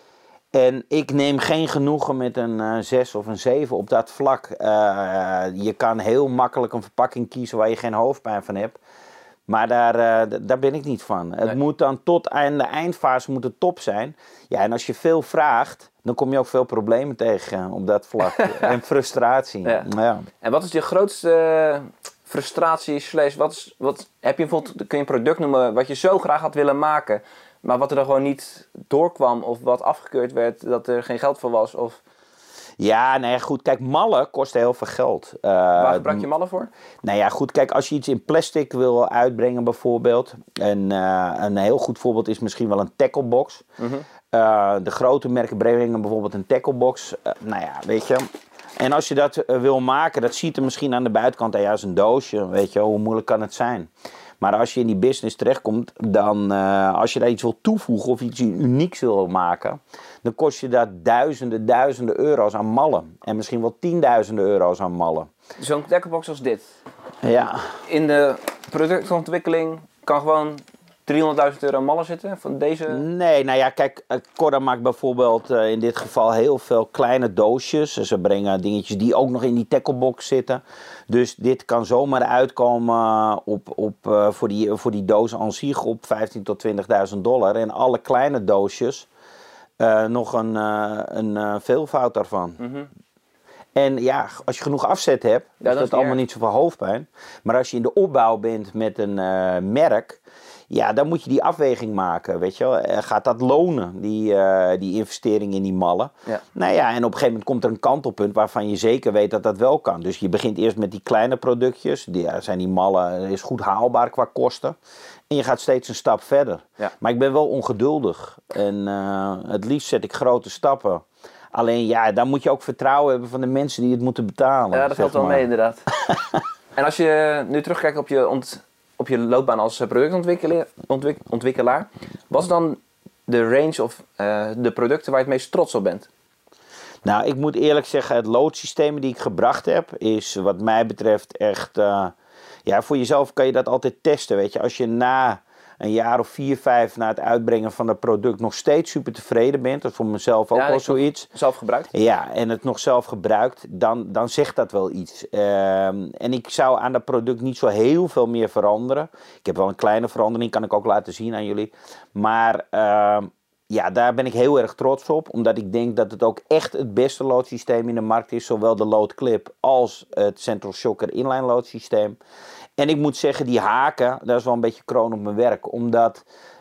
En ik neem geen genoegen met een uh, zes of een zeven op dat vlak. Uh, je kan heel makkelijk een verpakking kiezen waar je geen hoofdpijn van hebt. Maar daar, uh, d- daar ben ik niet van. Nee. Het moet dan tot aan de eindfase moet het top zijn. Ja, en als je veel vraagt, dan kom je ook veel problemen tegen op dat vlak. En frustratie. Ja. Ja. En wat is je grootste frustratie? Slash, wat is, wat, heb je bijvoorbeeld, kun je een product noemen wat je zo graag had willen maken, maar wat er dan gewoon niet doorkwam of wat afgekeurd werd, dat er geen geld voor was? Of... Ja, nee, goed. Kijk, mallen kosten heel veel geld. Uh, Waar gebruik je mallen voor? Nou ja, goed. Kijk, als je iets in plastic wil uitbrengen bijvoorbeeld. En uh, een heel goed voorbeeld is misschien wel een tacklebox. Mm-hmm. Uh, de grote merken brengen bijvoorbeeld een tacklebox. Uh, nou ja, weet je. En als je dat uh, wil maken, dat ziet er misschien aan de buitenkant uit ja, als een doosje. Weet je, hoe moeilijk kan het zijn? Maar als je in die business terechtkomt, dan uh, als je daar iets wil toevoegen of iets unieks wil maken, dan kost je daar duizenden, duizenden euro's aan mallen. En misschien wel tienduizenden euro's aan mallen. Zo'n tacklebox als dit? Ja. In de productontwikkeling kan gewoon driehonderdduizend euro mallen zitten van deze? Nee, nou ja, kijk, Korda maakt bijvoorbeeld uh, in dit geval heel veel kleine doosjes. Ze brengen dingetjes die ook nog in die tacklebox zitten. Dus dit kan zomaar uitkomen op, op, uh, voor, die, voor die doos aan zich op vijftienduizend tot twintigduizend dollar. En alle kleine doosjes uh, nog een, uh, een uh, veelvoud daarvan. Mm-hmm. En ja, als je genoeg afzet hebt, Ja, is dat, is allemaal erg. niet zoveel hoofdpijn. Maar als je in de opbouw bent met een uh, merk, ja, dan moet je die afweging maken, weet je wel. Uh, gaat dat lonen, die, uh, die investering in die mallen? Ja. Nou ja, en op een gegeven moment komt er een kantelpunt waarvan je zeker weet dat dat wel kan. Dus je begint eerst met die kleine productjes. Die, ja, zijn die mallen is goed haalbaar qua kosten. En je gaat steeds een stap verder. Ja. Maar ik ben wel ongeduldig. En uh, het liefst zet ik grote stappen. Alleen ja, dan moet je ook vertrouwen hebben van de mensen die het moeten betalen. Ja, dat valt wel mee inderdaad. En als je nu terugkijkt op je, ont, op je loopbaan als productontwikkelaar, ontwik, ontwikkelaar, wat is dan de range of uh, de producten waar je het meest trots op bent? Nou, ik moet eerlijk zeggen, het loodsysteem die ik gebracht heb, is wat mij betreft echt... Uh, ja, voor jezelf kan je dat altijd testen, weet je. Als je na een jaar of vier, vijf na het uitbrengen van het product nog steeds super tevreden bent, dat is voor mezelf ook ja, wel zoiets. Zelf gebruikt? Ja, en het nog zelf gebruikt, dan, dan zegt dat wel iets. Uh, en ik zou aan dat product niet zo heel veel meer veranderen. Ik heb wel een kleine verandering, kan ik ook laten zien aan jullie. Maar uh, ja, daar ben ik heel erg trots op, omdat ik denk dat het ook echt het beste loodsysteem in de markt is. Zowel de loodclip als het Central Shocker inline loodsysteem. En ik moet zeggen, die haken, dat is wel een beetje kroon op mijn werk. Omdat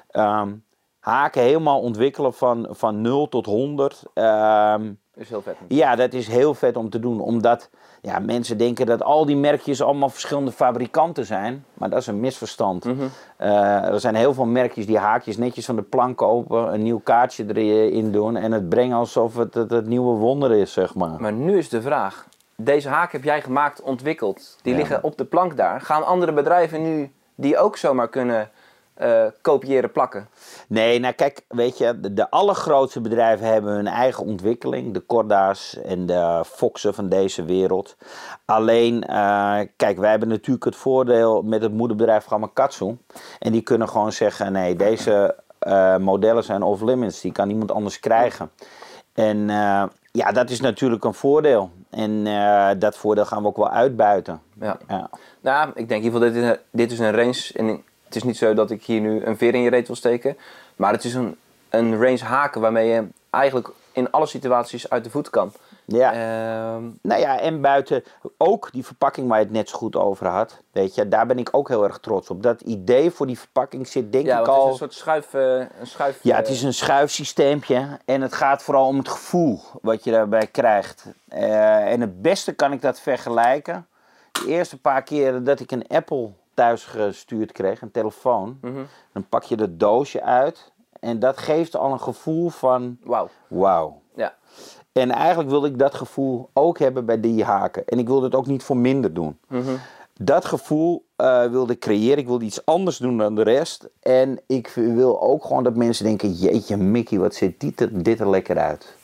um, haken helemaal ontwikkelen van, van nul tot honderd. Um, is heel vet. Ja, dat is heel vet om te doen. Omdat ja, mensen denken dat al die merkjes allemaal verschillende fabrikanten zijn. Maar dat is een misverstand. Mm-hmm. Uh, er zijn heel veel merkjes die haakjes netjes van de plank kopen. Een nieuw kaartje erin doen. En het brengen alsof het het, het nieuwe wonder is, zeg maar. Maar nu is de vraag. Deze haak heb jij gemaakt, ontwikkeld. Die ja. liggen op de plank daar. Gaan andere bedrijven nu die ook zomaar kunnen uh, kopiëren, plakken? Nee, nou kijk, weet je, de, de allergrootste bedrijven hebben hun eigen ontwikkeling. De Corda's en de Foxen van deze wereld. Alleen, uh, kijk, wij hebben natuurlijk het voordeel met het moederbedrijf Gamakatsu. En die kunnen gewoon zeggen, nee, deze uh, modellen zijn off limits. Die kan niemand anders krijgen. En uh, ja, dat is natuurlijk een voordeel. En uh, dat voordeel gaan we ook wel uitbuiten. Ja. Ja. Nou, ik denk in ieder geval, dit is een, dit is een range. En het is niet zo dat ik hier nu een veer in je reet wil steken. Maar het is een, een range haken waarmee je eigenlijk in alle situaties uit de voet kan. Ja. Uh, nou ja, en buiten ook die verpakking waar je het net zo goed over had. Weet je, daar ben ik ook heel erg trots op. Dat idee voor die verpakking zit denk ja, ik al... al... het is een soort schuif... Uh, een schuif ja, het is een schuifsysteempje. En het gaat vooral om het gevoel wat je daarbij krijgt. Uh, en het beste kan ik dat vergelijken. De eerste paar keren dat ik een Apple thuis gestuurd kreeg, een telefoon. Mm-hmm. Dan pak je het doosje uit. En dat geeft al een gevoel van... Wauw. Wauw. Ja. En eigenlijk wilde ik dat gevoel ook hebben bij die haken. En ik wilde het ook niet voor minder doen. Mm-hmm. Dat gevoel uh, wilde ik creëren. Ik wilde iets anders doen dan de rest. En ik wil ook gewoon dat mensen denken... Jeetje Mickey, wat ziet dit er, dit er lekker uit.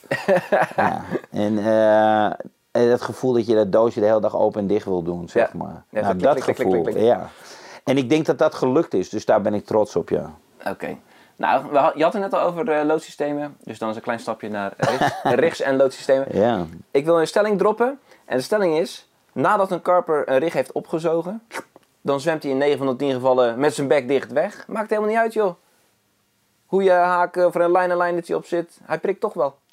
Ja. En uh, dat gevoel dat je dat doosje de hele dag open en dicht wil doen, zeg ja. maar. Ja, nou, klik, dat klik, klik, gevoel, klik, klik. ja. En ik denk dat dat gelukt is. Dus daar ben ik trots op, ja. Oké. Okay. Nou, we had, je had het net al over uh, loodsystemen. Dus dan is een klein stapje naar rigs, rigs en loodsystemen. Ja. Ik wil een stelling droppen. En de stelling is... Nadat een karper een rig heeft opgezogen... Dan zwemt hij in negen van de tien gevallen met zijn bek dicht weg. Maakt helemaal niet uit, joh. Hoe je haak of er een lijn-lijn dat hij op zit. Hij prikt toch wel.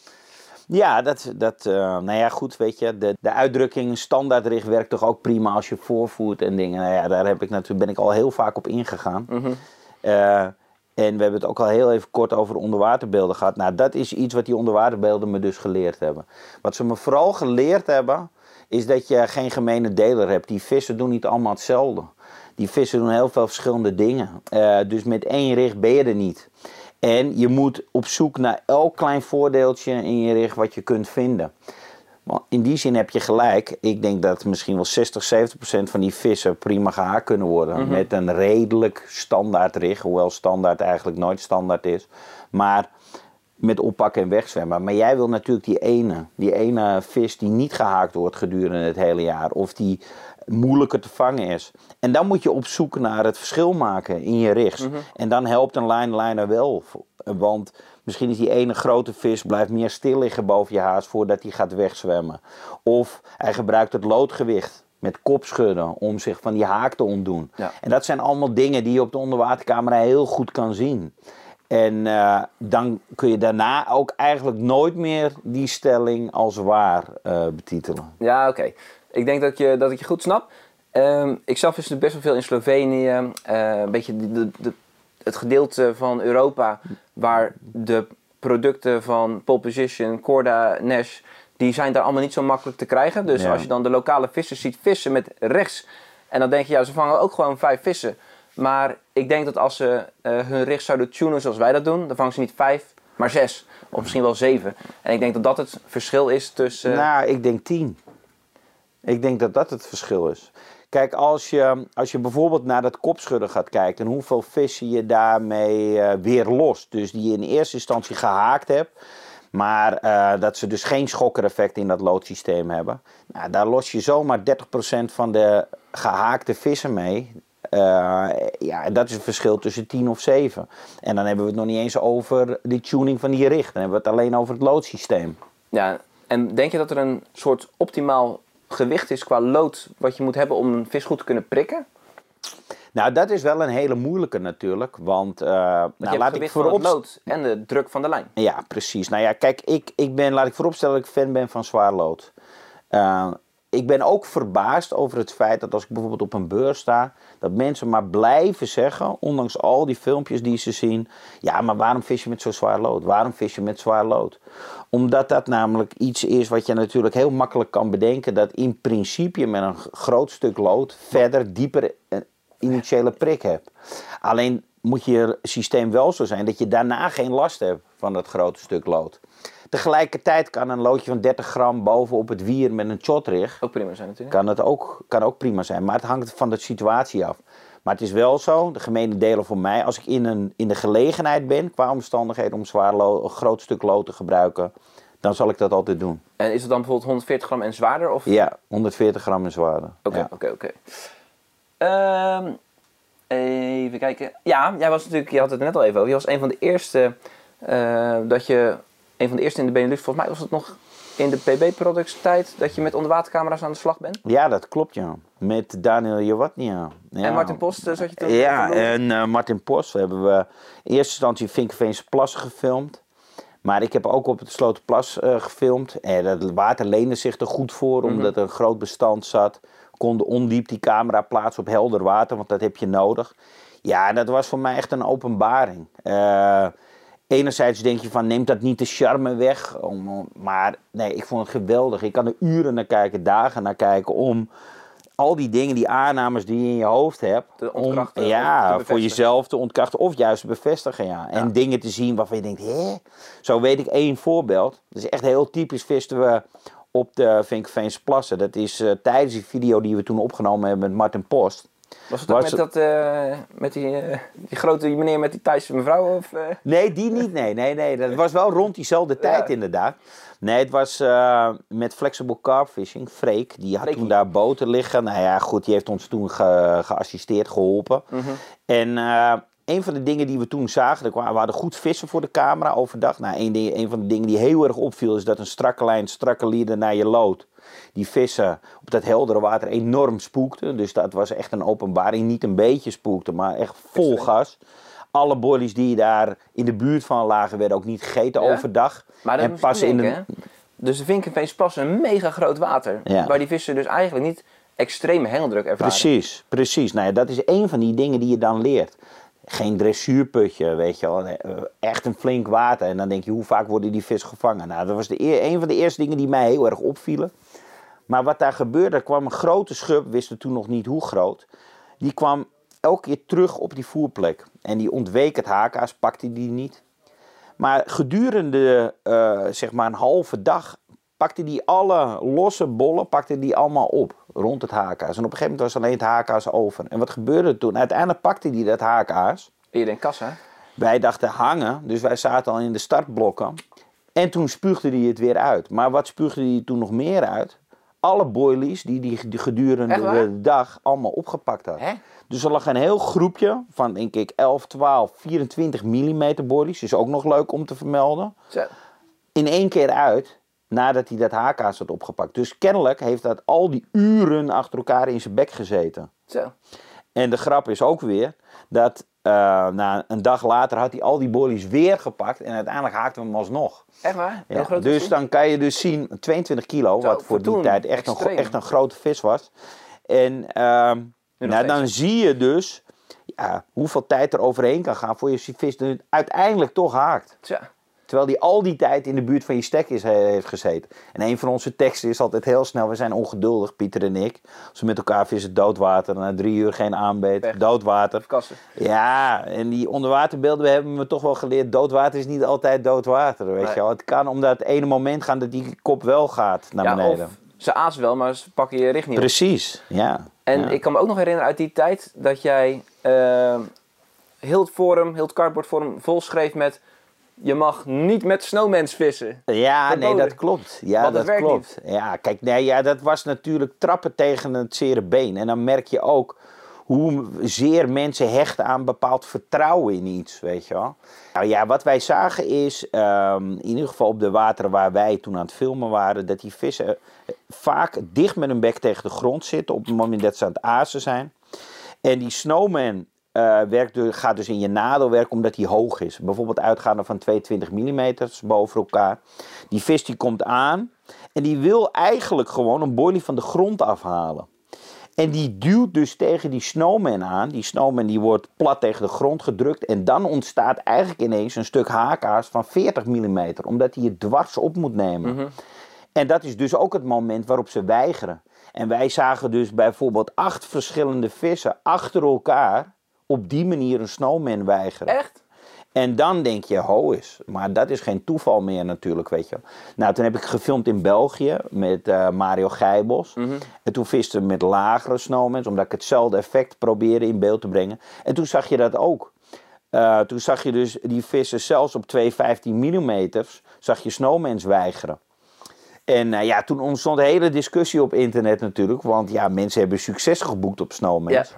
Ja, dat, dat uh, nou ja, goed, weet je, de, de uitdrukking standaardrig werkt toch ook prima als je voorvoert en dingen. Nou ja, daar heb ik natuurlijk, ben ik al heel vaak op ingegaan. Mm-hmm. Uh, en we hebben het ook al heel even kort over de onderwaterbeelden gehad. Nou, dat is iets wat die onderwaterbeelden me dus geleerd hebben. Wat ze me vooral geleerd hebben, is dat je geen gemene deler hebt. Die vissen doen niet allemaal hetzelfde. Die vissen doen heel veel verschillende dingen. Uh, dus met één rig ben je er niet. En je moet op zoek naar elk klein voordeeltje in je rig wat je kunt vinden. In die zin heb je gelijk. Ik denk dat misschien wel zestig, zeventig procent van die vissen prima gehaakt kunnen worden. Mm-hmm. Met een redelijk standaard rig. Hoewel standaard eigenlijk nooit standaard is. Maar met oppakken en wegzwemmen. Maar jij wil natuurlijk die ene. Die ene vis die niet gehaakt wordt gedurende het hele jaar. Of die moeilijker te vangen is. En dan moet je op zoek naar het verschil maken in je rigs. Mm-hmm. En dan helpt een line-liner wel. Want misschien is die ene grote vis blijft meer stil liggen boven je haas voordat hij gaat wegzwemmen. Of hij gebruikt het loodgewicht met kopschudden om zich van die haak te ontdoen. Ja. En dat zijn allemaal dingen die je op de onderwatercamera heel goed kan zien. En uh, dan kun je daarna ook eigenlijk nooit meer die stelling als waar uh, betitelen. Ja, oké. Okay. Ik denk dat, je, dat ik je goed snap. Um, ik zelf is er best wel veel in Slovenië. Uh, een beetje de, de, de, het gedeelte van Europa waar de producten van Pole Position, Korda, Nash, die zijn daar allemaal niet zo makkelijk te krijgen. Dus ja. als je dan de lokale vissers ziet vissen met rechts, en dan denk je, ja, ze vangen ook gewoon vijf vissen. Maar ik denk dat als ze uh, hun richt zouden tunen zoals wij dat doen, dan vangen ze niet vijf, maar zes. Of misschien wel zeven. En ik denk dat dat het verschil is tussen... Uh... Nou, ik denk tien. Ik denk dat dat het verschil is. Kijk, als je, als je bijvoorbeeld naar dat kopschudden gaat kijken en hoeveel vissen je daarmee uh, weer lost. Dus die je in eerste instantie gehaakt hebt, maar uh, dat ze dus geen schokkereffect in dat loodsysteem hebben. Nou, daar los je zomaar dertig procent van de gehaakte vissen mee. Uh, ja, dat is het verschil tussen tien of zeven. En dan hebben we het nog niet eens over die tuning van die richt. Dan hebben we het alleen over het loodsysteem. Ja, en denk je dat er een soort optimaal gewicht is qua lood wat je moet hebben om een vis goed te kunnen prikken? Nou, dat is wel een hele moeilijke natuurlijk, want... Uh, nou, je hebt laat het ik voorop... van voorop... het lood en de druk van de lijn. Ja, precies. Nou ja, kijk, ik, ik ben, laat ik vooropstellen dat ik fan ben van zwaar lood. Uh, ik ben ook verbaasd over het feit dat als ik bijvoorbeeld op een beurs sta, dat mensen maar blijven zeggen, ondanks al die filmpjes die ze zien, ja, maar waarom vis je met zo zwaar lood? Waarom vis je met zwaar lood? Omdat dat namelijk iets is wat je natuurlijk heel makkelijk kan bedenken, dat in principe je met een groot stuk lood verder, dieper een initiële prik hebt. Alleen moet je systeem wel zo zijn dat je daarna geen last hebt van dat grote stuk lood. Tegelijkertijd kan een loodje van dertig gram bovenop het wier met een shotrig ook prima zijn natuurlijk. Kan het ook, kan ook prima zijn, maar het hangt van de situatie af. Maar het is wel zo, de gemene delen voor mij, als ik in, een, in de gelegenheid ben, qua omstandigheden om zwaar lood, een groot stuk lood te gebruiken, dan zal ik dat altijd doen. En is het dan bijvoorbeeld honderdveertig gram en zwaarder? Of? Ja, honderdveertig gram en zwaarder. Oké, oké, oké. Even kijken. Ja, jij was natuurlijk, je had het net al even over, je was een van de eerste, uh, dat je, een van de eerste in de Benelux, volgens mij was het nog in de P B Products tijd, dat je met onderwatercamera's aan de slag bent? Ja, dat klopt, ja. Met Daniel Jawatnia. Ja. En Martin Post, uh, zat je toen? Ja, en uh, Martin Post hebben we in eerste instantie Vinkenveense Plassen gefilmd. Maar ik heb ook op het Slotenplas uh, gefilmd. En het water leende zich er goed voor, omdat mm-hmm. er een groot bestand zat. Konden ondiep die camera plaatsen op helder water, want dat heb je nodig. Ja, dat was voor mij echt een openbaring. Uh, enerzijds denk je van, neemt dat niet de charme weg? Om, maar nee, ik vond het geweldig. Ik kan er uren naar kijken, dagen naar kijken om al die dingen, die aannames die je in je hoofd hebt, te ontkrachten, om, ja, voor jezelf te ontkrachten of juist te bevestigen. Ja. En ja. dingen te zien waarvan je denkt, hè? Zo weet ik één voorbeeld. Dat is echt heel typisch, visten we op de Vinkenveense Plassen. Dat is uh, tijdens die video die we toen opgenomen hebben met Martin Post. Was het ook met, dat, uh, met die, uh, die grote meneer met die Thaise mevrouw? Of, uh? Nee, die niet. Nee, nee, nee. Dat was wel rond diezelfde tijd ja. inderdaad. Nee, het was uh, met Flexible Carp Fishing. Freek, die had Freekie. Toen daar boten liggen. Nou ja, goed, die heeft ons toen ge, geassisteerd, geholpen. Mm-hmm. En uh, een van de dingen die we toen zagen, we hadden goed vissen voor de camera overdag. Nou, een, ding, een van de dingen die heel erg opviel is dat een strakke lijn, strakke lieden naar je lood, die vissen op dat heldere water enorm spookten. Dus dat was echt een openbaring. Niet een beetje spookte, maar echt vol gas. Alle boilies die daar in de buurt van lagen werden ook niet gegeten ja? overdag. Maar dat en pas in de... Dus de Vinkenveense Plassen, een mega groot water. Ja. Waar die vissen dus eigenlijk niet extreme hengeldruk ervaren. Precies, precies. Nou ja, dat is een van die dingen die je dan leert. Geen dressuurputje, weet je wel. Echt een flink water. En dan denk je, hoe vaak worden die vis gevangen? Nou, dat was de e- een van de eerste dingen die mij heel erg opvielen. Maar wat daar gebeurde, er kwam een grote schub, we wisten toen nog niet hoe groot. Die kwam elke keer terug op die voerplek. En die ontweek het haakaas, pakte die niet. Maar gedurende uh, zeg maar een halve dag pakte die alle losse bollen pakte die allemaal op rond het haakaas. En op een gegeven moment was alleen het haakaas over. En wat gebeurde er toen? Uiteindelijk pakte die dat haakaas. Hier in kassa? Wij dachten hangen, dus wij zaten al in de startblokken. En toen spuugde die het weer uit. Maar wat spuugde die toen nog meer uit? Alle boilies die die gedurende de dag allemaal opgepakt had. Hè? Dus er lag een heel groepje van denk ik elf, twaalf, vierentwintig millimeter boilies. Is ook nog leuk om te vermelden. Zo. In één keer uit, nadat hij dat haakaas had opgepakt. Dus kennelijk heeft dat al die uren achter elkaar in zijn bek gezeten. Zo. En de grap is ook weer dat uh, na een dag later had hij al die boilies weer gepakt. En uiteindelijk haakten we hem alsnog. Echt waar? Ja, dus verschil? Dan kan je dus zien, tweeëntwintig kilo, Zo, wat voor die tijd echt een, echt een grote vis was. En uh, nou, dan zie je dus ja, hoeveel tijd er overheen kan gaan voor je vis er uiteindelijk toch haakt. Tja. Terwijl die al die tijd in de buurt van je stek is, heeft gezeten. En een van onze teksten is altijd heel snel. We zijn ongeduldig, Pieter en ik. Als we met elkaar vissen, doodwater. Na drie uur geen aanbeet, Weg. doodwater. Kassen. Ja, en die onderwaterbeelden we hebben we toch wel geleerd. Doodwater is niet altijd doodwater, weet nee. je wel. Het kan om dat ene moment gaan dat die kop wel gaat naar ja, beneden. Of ze azen wel, maar ze pakken je richt niet Precies, op. ja. En ja. ik kan me ook nog herinneren uit die tijd dat jij uh, heel het forum, heel het cardboard forum vol schreef met... Je mag niet met snowmans vissen. Ja, Verboden. nee, dat klopt. Ja, Want dat werkt klopt. Niet. Ja, kijk, nee, ja, dat was natuurlijk trappen tegen het zere been. En dan merk je ook hoe zeer mensen hechten aan bepaald vertrouwen in iets, weet je wel. Nou ja, wat wij zagen is, um, in ieder geval op de wateren waar wij toen aan het filmen waren, dat die vissen vaak dicht met hun bek tegen de grond zitten op het moment dat ze aan het azen zijn. En die snowman... Uh, werkt dus, gaat dus in je nadelwerk omdat hij hoog is. Bijvoorbeeld uitgaande van tweeëntwintig millimeter boven elkaar. Die vis die komt aan en die wil eigenlijk gewoon een boilie van de grond afhalen. En die duwt dus tegen die snowman aan. Die snowman die wordt plat tegen de grond gedrukt. En dan ontstaat eigenlijk ineens een stuk haakaas van veertig millimeter. Omdat hij het dwars op moet nemen. Mm-hmm. En dat is dus ook het moment waarop ze weigeren. En wij zagen dus bijvoorbeeld acht verschillende vissen achter elkaar... op die manier een snowman weigeren. Echt? En dan denk je, ho is. Maar dat is geen toeval meer natuurlijk, weet je. Nou, toen heb ik gefilmd in België met uh, Mario Geibos. Mm-hmm. En toen visten we met lagere snowmans, omdat ik hetzelfde effect probeerde in beeld te brengen. En toen zag je dat ook. Uh, toen zag je dus die vissen zelfs op twee vijftien millimeter, zag je snowmans weigeren. En uh, ja, toen ontstond een hele discussie op internet natuurlijk. Want ja, mensen hebben succes geboekt op snowmans. Ja.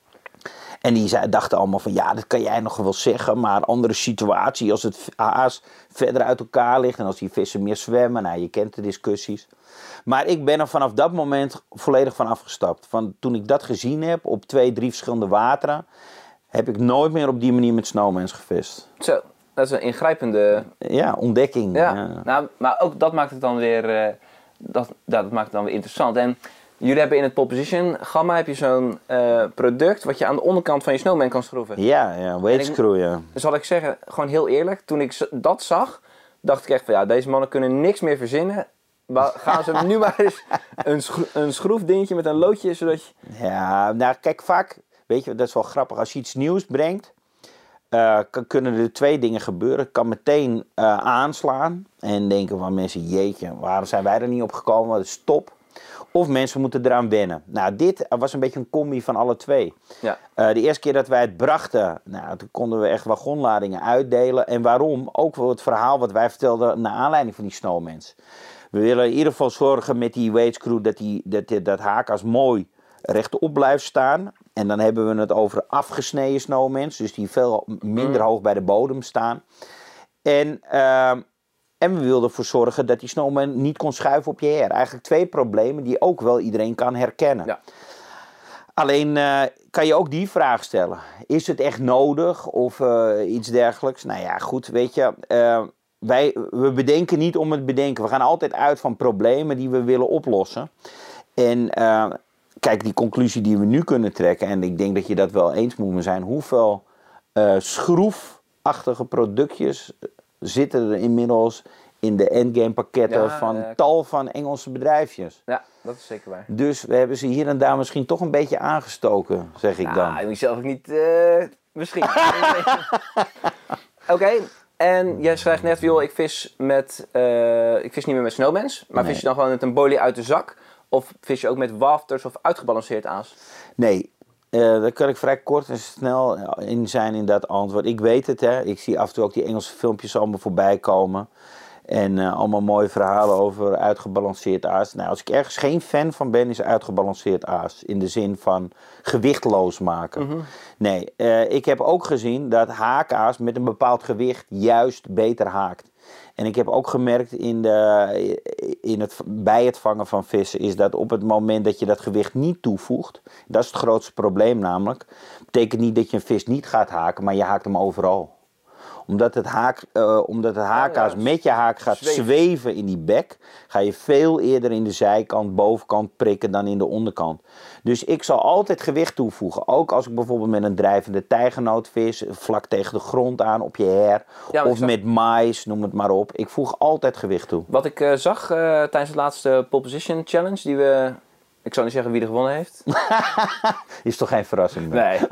En die zei, dachten allemaal van, ja, dat kan jij nog wel zeggen, maar andere situatie, als het aas verder uit elkaar ligt en als die vissen meer zwemmen, nou, je kent de discussies. Maar ik ben er vanaf dat moment volledig van afgestapt. Van toen ik dat gezien heb op twee, drie verschillende wateren, heb ik nooit meer op die manier met snowmans gevist. Zo, dat is een ingrijpende... Ja, ontdekking. Ja, ja. Nou, maar ook dat maakt het dan weer, uh, dat, dat maakt het dan weer interessant. En jullie hebben in het Pole Position Gamma heb je zo'n uh, product wat je aan de onderkant van je snowman kan schroeven. Ja, ja, weight screw, ja. Dus zal ik zeggen, gewoon heel eerlijk, toen ik dat zag, dacht ik echt van ja, deze mannen kunnen niks meer verzinnen. Maar gaan ze nu maar eens een, schro- een schroefdingetje met een loodje, zodat je... Ja, nou kijk, vaak, weet je, dat is wel grappig, als je iets nieuws brengt, uh, kan, kunnen er twee dingen gebeuren. Ik kan meteen uh, aanslaan en denken van mensen, jeetje, waarom zijn wij er niet op gekomen, dat is top. Of mensen moeten eraan wennen. Nou, dit was een beetje een combi van alle twee. Ja. Uh, de eerste keer dat wij het brachten, nou, toen konden we echt wagonladingen uitdelen. En waarom? Ook wel het verhaal wat wij vertelden naar aanleiding van die snowmans. We willen in ieder geval zorgen met die weight screw dat, die, dat, dat haakas mooi rechtop blijft staan. En dan hebben we het over afgesneden snowmans, dus die veel minder hoog bij de bodem staan. En... Uh, En we wilden ervoor zorgen dat die snowman niet kon schuiven op je her. Eigenlijk twee problemen die ook wel iedereen kan herkennen. Ja. Alleen uh, kan je ook die vraag stellen. Is het echt nodig of uh, iets dergelijks? Nou ja, goed, weet je. Uh, wij, we bedenken niet om het bedenken. We gaan altijd uit van problemen die we willen oplossen. En uh, kijk, die conclusie die we nu kunnen trekken. En ik denk dat je dat wel eens moet zijn. Hoeveel uh, schroefachtige productjes... zitten er inmiddels in de endgame pakketten ja, van uh, tal van Engelse bedrijfjes. Ja, dat is zeker waar. Dus we hebben ze hier en daar misschien toch een beetje aangestoken, zeg ik nou, dan. Nou, ik zelf ook niet... Uh, misschien. Oké, okay, en jij schrijft net, joh, ik vis, met, uh, ik vis niet meer met snowmans. Maar nee. Vis je dan gewoon met een boilie uit de zak? Of vis je ook met wafters of uitgebalanceerd aas? Nee. Uh, daar kan ik vrij kort en snel in zijn in dat antwoord. Ik weet het, hè. Ik zie af en toe ook die Engelse filmpjes allemaal voorbij komen. En uh, allemaal mooie verhalen over uitgebalanceerd aas. Nou, als ik ergens geen fan van ben, is uitgebalanceerd aas. In de zin van gewichtloos maken. Mm-hmm. Nee, uh, ik heb ook gezien dat haakaas met een bepaald gewicht juist beter haakt. En ik heb ook gemerkt in de, in het, bij het vangen van vissen is dat op het moment dat je dat gewicht niet toevoegt, dat is het grootste probleem namelijk, betekent niet dat je een vis niet gaat haken, maar je haakt hem overal. Omdat het, haak, uh, omdat het haakhaas ja, ja, met je haak gaat zweven. zweven in die bek, ga je veel eerder in de zijkant, bovenkant prikken dan in de onderkant. Dus ik zal altijd gewicht toevoegen. Ook als ik bijvoorbeeld met een drijvende tijgernoot vis, vlak tegen de grond aan op je her. Ja, of met mais, noem het maar op. Ik voeg altijd gewicht toe. Wat ik uh, zag uh, tijdens de laatste Pole Position Challenge, die we... Ik zou niet zeggen wie er gewonnen heeft. Is toch geen verrassing meer? Nee.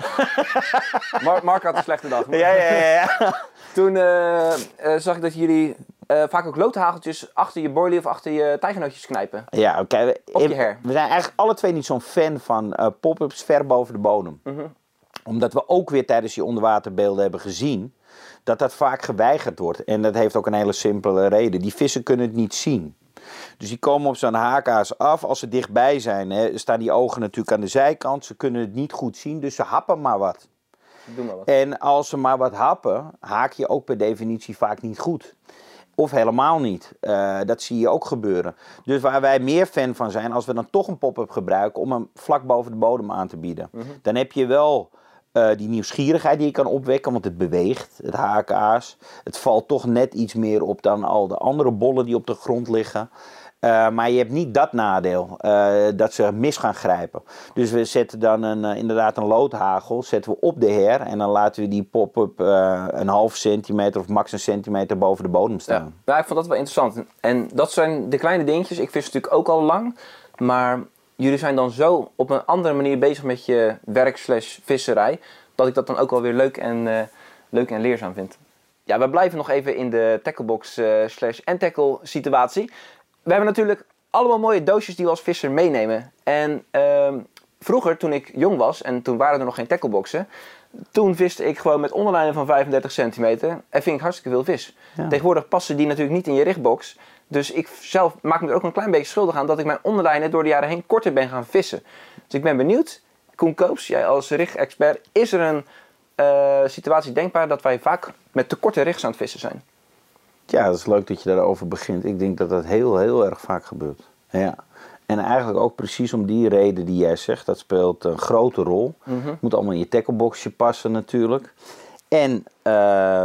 Mark, Mark had een slechte dag. Ja, ja, ja. ja. Toen uh, uh, zag ik dat jullie uh, vaak ook loodhageltjes achter je boilie of achter je tijgernootjes knijpen. Ja, oké. Okay. Op je her. We zijn eigenlijk alle twee niet zo'n fan van uh, pop-ups ver boven de bodem. Mm-hmm. Omdat we ook weer tijdens die onderwaterbeelden hebben gezien dat dat vaak geweigerd wordt. En dat heeft ook een hele simpele reden. Die vissen kunnen het niet zien. Dus die komen op zo'n haakhaas af. Als ze dichtbij zijn, hè, staan die ogen natuurlijk aan de zijkant. Ze kunnen het niet goed zien, dus ze happen maar wat. Doe maar wat. En als ze maar wat happen, haak je ook per definitie vaak niet goed. Of helemaal niet. Uh, dat zie je ook gebeuren. Dus waar wij meer fan van zijn, als we dan toch een pop-up gebruiken om hem vlak boven de bodem aan te bieden. Mm-hmm. Dan heb je wel uh, die nieuwsgierigheid die je kan opwekken, want het beweegt, het haakhaas. Het valt toch net iets meer op dan al de andere bollen die op de grond liggen. Uh, maar je hebt niet dat nadeel, uh, dat ze mis gaan grijpen. Dus we zetten dan een, uh, inderdaad een loodhagel, zetten we op de her en dan laten we die pop-up uh, een half centimeter of max een centimeter boven de bodem staan. Ja. Nou, ik vond dat wel interessant. En dat zijn de kleine dingetjes. Ik vis natuurlijk ook al lang, maar jullie zijn dan zo op een andere manier bezig met je werk slash visserij, dat ik dat dan ook wel weer leuk en, uh, leuk en leerzaam vind. Ja, we blijven nog even in de tacklebox uh, slash en tackle situatie. We hebben natuurlijk allemaal mooie doosjes die we als visser meenemen. En uh, vroeger, toen ik jong was en toen waren er nog geen tackleboxen, toen viste ik gewoon met onderlijnen van vijfendertig centimeter en ving ik hartstikke veel vis. Ja. Tegenwoordig passen die natuurlijk niet in je richtbox. Dus ik zelf maak me er ook een klein beetje schuldig aan dat ik mijn onderlijnen door de jaren heen korter ben gaan vissen. Dus ik ben benieuwd, Koen Koops, jij als richtexpert, is er een uh, situatie denkbaar dat wij vaak met te korte richts aan het vissen zijn? Ja, dat is leuk dat je daarover begint. Ik denk dat dat heel, heel erg vaak gebeurt. Ja. En eigenlijk ook precies om die reden die jij zegt, dat speelt een grote rol. Mm-hmm. Het moet allemaal in je tackleboxje passen natuurlijk. En uh,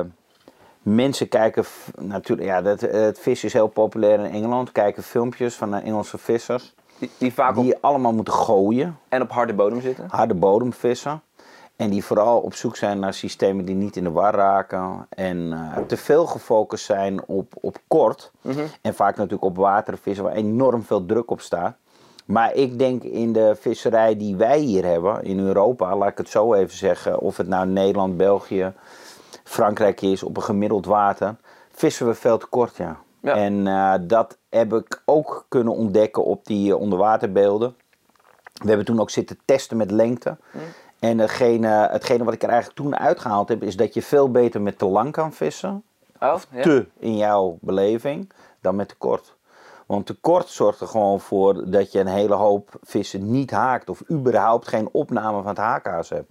mensen kijken, natuurlijk, ja, dat, het vissen is heel populair in Engeland. Kijken filmpjes van de Engelse vissers. Die, die vaak die op... allemaal moeten gooien. En op harde bodem zitten. Harde bodem vissen. En die vooral op zoek zijn naar systemen die niet in de war raken. En uh, te veel gefocust zijn op, op kort. Mm-hmm. En vaak natuurlijk op watervissen waar enorm veel druk op staat. Maar ik denk in de visserij die wij hier hebben, in Europa, laat ik het zo even zeggen. Of het nou Nederland, België, Frankrijk is, op een gemiddeld water. Vissen we veel te kort, ja. ja. En uh, dat heb ik ook kunnen ontdekken op die uh, onderwaterbeelden. We hebben toen ook zitten testen met lengte. Mm. En hetgene, hetgene wat ik er eigenlijk toen uitgehaald heb, is dat je veel beter met te lang kan vissen. Oh, of ja. te in jouw beleving, dan met te kort. Want te kort zorgt er gewoon voor dat je een hele hoop vissen niet haakt. Of überhaupt geen opname van het haakhaas hebt.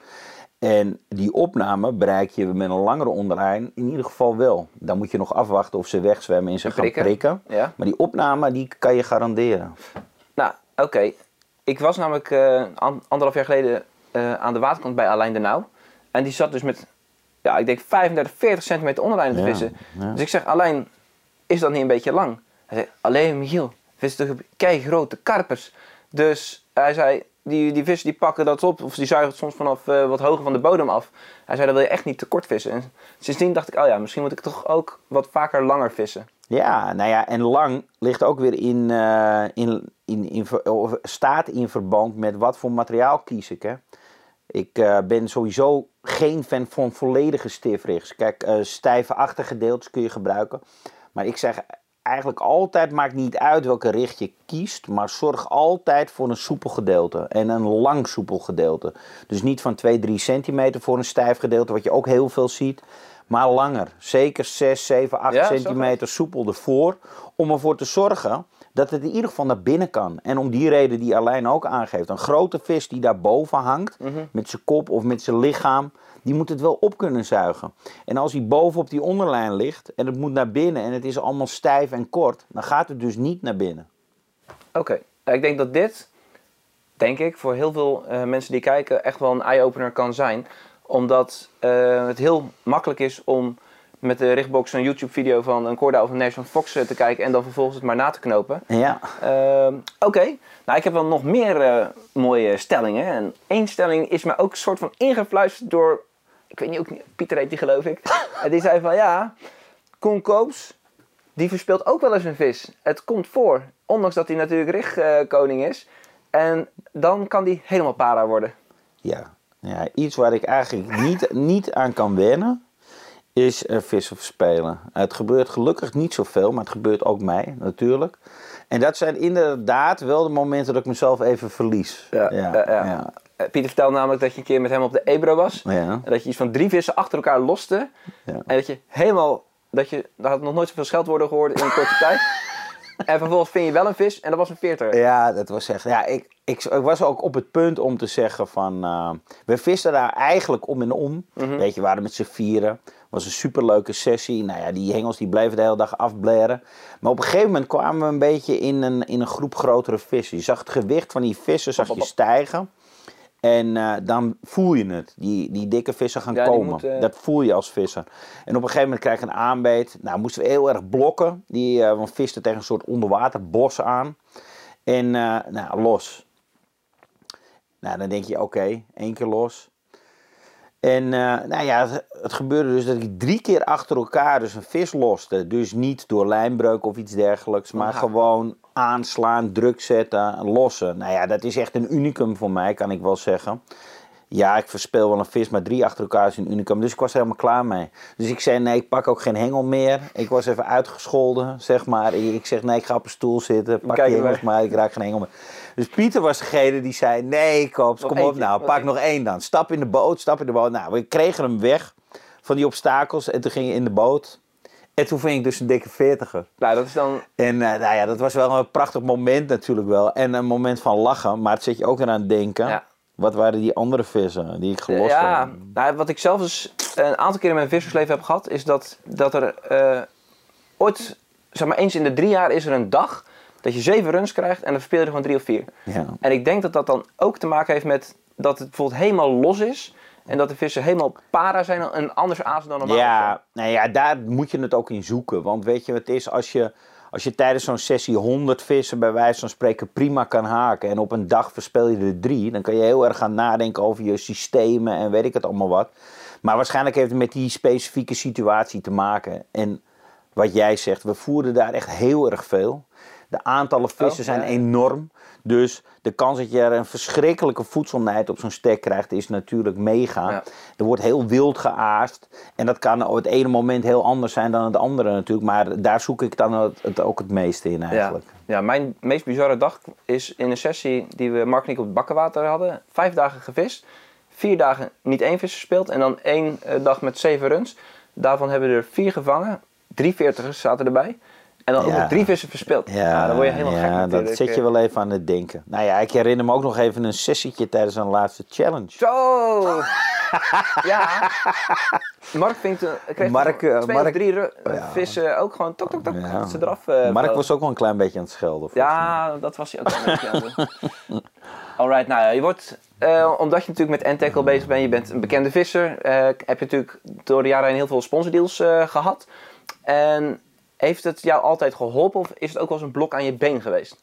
En die opname bereik je met een langere onderlijn in ieder geval wel. Dan moet je nog afwachten of ze wegzwemmen en ze gaan prikken. prikken. Ja. Maar die opname die kan je garanderen. Nou, oké. Okay. Ik was namelijk uh, anderhalf jaar geleden uh, aan de waterkant bij Alain de Nauw. En die zat dus met, ja, ik denk vijfendertig, veertig centimeter onderlijn te vissen. Ja, ja. Dus ik zeg, Alain, is dat niet een beetje lang? Hij zei, Alain, Michiel, vis toch keigrote karpers. Dus hij zei, die, die vissen die pakken dat op, of die zuigen het soms vanaf uh, wat hoger van de bodem af. Hij zei, dan wil je echt niet te kort vissen. En sindsdien dacht ik, oh ja, misschien moet ik toch ook wat vaker langer vissen. Ja, nou ja, en lang ligt ook weer in, uh, in, in, in, of staat in verband met wat voor materiaal kies ik. Hè? Ik uh, ben sowieso geen fan van volledige stiefrichts. Kijk, uh, stijve achtergedeeltes kun je gebruiken. Maar ik zeg eigenlijk altijd, maakt niet uit welke richt je kiest, maar zorg altijd voor een soepel gedeelte en een lang soepel gedeelte. Dus niet van twee, drie centimeter voor een stijf gedeelte, wat je ook heel veel ziet, maar langer. Zeker zes, zeven, acht ja, centimeter soepel ervoor, om ervoor te zorgen dat het in ieder geval naar binnen kan. En om die reden die Arlijn ook aangeeft. Een grote vis die daarboven hangt, mm-hmm. met zijn kop of met zijn lichaam, die moet het wel op kunnen zuigen. En als hij boven op die onderlijn ligt en het moet naar binnen en het is allemaal stijf en kort, dan gaat het dus niet naar binnen. Oké, okay. Ik denk dat dit, denk ik, voor heel veel uh, mensen die kijken echt wel een eye-opener kan zijn. Omdat uh, het heel makkelijk is om met de Richtbox een YouTube-video van een Korda of een National Fox te kijken en dan vervolgens het maar na te knopen. Ja. Uh, Oké, okay. Nou ik heb wel nog meer uh, mooie stellingen. En één stelling is me ook een soort van ingefluisterd door, ik weet niet, ook Pieter heet die geloof ik. En die zei van ja, Koen Koops, die verspeelt ook wel eens een vis. Het komt voor, ondanks dat hij natuurlijk richtkoning uh, is. En dan kan die helemaal para worden. Ja, ja iets waar ik eigenlijk niet, niet aan kan wennen. Is uh, vissen verspelen. Het gebeurt gelukkig niet zoveel, maar het gebeurt ook mij natuurlijk. En dat zijn inderdaad wel de momenten dat ik mezelf even verlies. Ja, ja, ja. Ja. Pieter vertelde namelijk dat je een keer met hem op de Ebro was. Ja. En dat je iets van drie vissen achter elkaar loste. Ja. En dat je helemaal, dat je, daar had nog nooit zoveel scheldwoorden gehoord in een korte tijd. En vervolgens vind je wel een vis en dat was een veertig. Ja, dat was echt. Ja, ik, ik, ik was ook op het punt om te zeggen van, uh, we visten daar eigenlijk om en om. Mm-hmm. Weet je, we waren met z'n vieren. Was een superleuke sessie. Nou ja, die hengels die bleven de hele dag afblaren. Maar op een gegeven moment kwamen we een beetje in een, in een groep grotere vissen. Je zag het gewicht van die vissen zag je stijgen. En uh, dan voel je het. Die, die dikke vissen gaan ja, komen. Moet, uh... Dat voel je als visser. En op een gegeven moment krijg je een aanbeet. Nou, moesten we heel erg blokken. Die uh, we visten tegen een soort onderwaterbos aan. En uh, nou, los. Nou, dan denk je, oké, okay, één keer los. En uh, nou ja, het, het gebeurde dus dat ik drie keer achter elkaar dus een vis loste. Dus niet door lijnbreuk of iets dergelijks, maar Aha. gewoon aanslaan, druk zetten, lossen. Nou ja, dat is echt een unicum voor mij, kan ik wel zeggen. Ja, ik verspeel wel een vis, maar drie achter elkaar is een unicum. Dus ik was er helemaal klaar mee. Dus ik zei, nee, ik pak ook geen hengel meer. Ik was even uitgescholden, zeg maar. Ik zeg, nee, ik ga op een stoel zitten, pak Kijk die hengels maar, ik raak geen hengel meer. Dus Pieter was degene die zei, nee, Koops, kom eentje, op nou, pak nog één dan. Stap in de boot, stap in de boot. Nou, we kregen hem weg van die obstakels en toen ging je in de boot. En toen ving ik dus een dikke veertiger. Nou, dat is dan... En uh, nou ja, dat was wel een prachtig moment natuurlijk wel. En een moment van lachen, maar het zet je ook weer aan het denken. Ja. Wat waren die andere vissen die ik gelost heb? Ja, nou, wat ik zelf dus een aantal keer in mijn vissersleven heb gehad, is dat, dat er uh, ooit, zeg maar eens in de drie jaar is er een dag dat je zeven runs krijgt en dan verspeel je er gewoon drie of vier. Ja. En ik denk dat dat dan ook te maken heeft met dat het bijvoorbeeld helemaal los is. En dat de vissen helemaal para zijn en anders azen dan normaal. Ja, nou ja, daar moet je het ook in zoeken. Want weet je wat het is, als je, als je tijdens zo'n sessie honderd vissen bij wijze van spreken prima kan haken. En op een dag verspeel je er drie. Dan kan je heel erg gaan nadenken over je systemen en weet ik het allemaal wat. Maar waarschijnlijk heeft het met die specifieke situatie te maken. En wat jij zegt, we voerden daar echt heel erg veel. De aantallen vissen oh, zijn ja. enorm. Dus de kans dat je er een verschrikkelijke voedselnijd op zo'n stek krijgt is natuurlijk mega. Ja. Er wordt heel wild geaast. En dat kan op het ene moment heel anders zijn dan het andere natuurlijk. Maar daar zoek ik dan het, het ook het meeste in eigenlijk. Ja. ja, mijn meest bizarre dag is in een sessie die we Mark en ik op het Bakkenwater hadden. Vijf dagen gevist. Vier dagen niet één vis gespeeld. En dan één uh, dag met zeven runs. Daarvan hebben we er vier gevangen. Drie veertigers zaten erbij. En dan ja. ook nog drie vissen verspeeld. Ja, nou, dan word je helemaal ja, gek natuurlijk. Ja, dat zet je wel even aan het denken. Nou ja, ik herinner me ook nog even een sessietje tijdens een laatste challenge. Zo! Ja. Mark vindt, uh, kreeg Mark, uh, twee Mark, of drie ru- ja. vissen ook gewoon tok tok tok. Ja. Ze eraf. Uh, Mark was ook wel een klein beetje aan het schelden. Ja, mij. Dat was hij ook wel een beetje aan het Alright, nou ja, je wordt, uh, omdat je natuurlijk met N-Tackle bezig bent, je bent een bekende visser, uh, heb je natuurlijk door de jaren heen heel veel sponsordeals uh, gehad. En heeft het jou altijd geholpen of is het ook wel eens een blok aan je been geweest?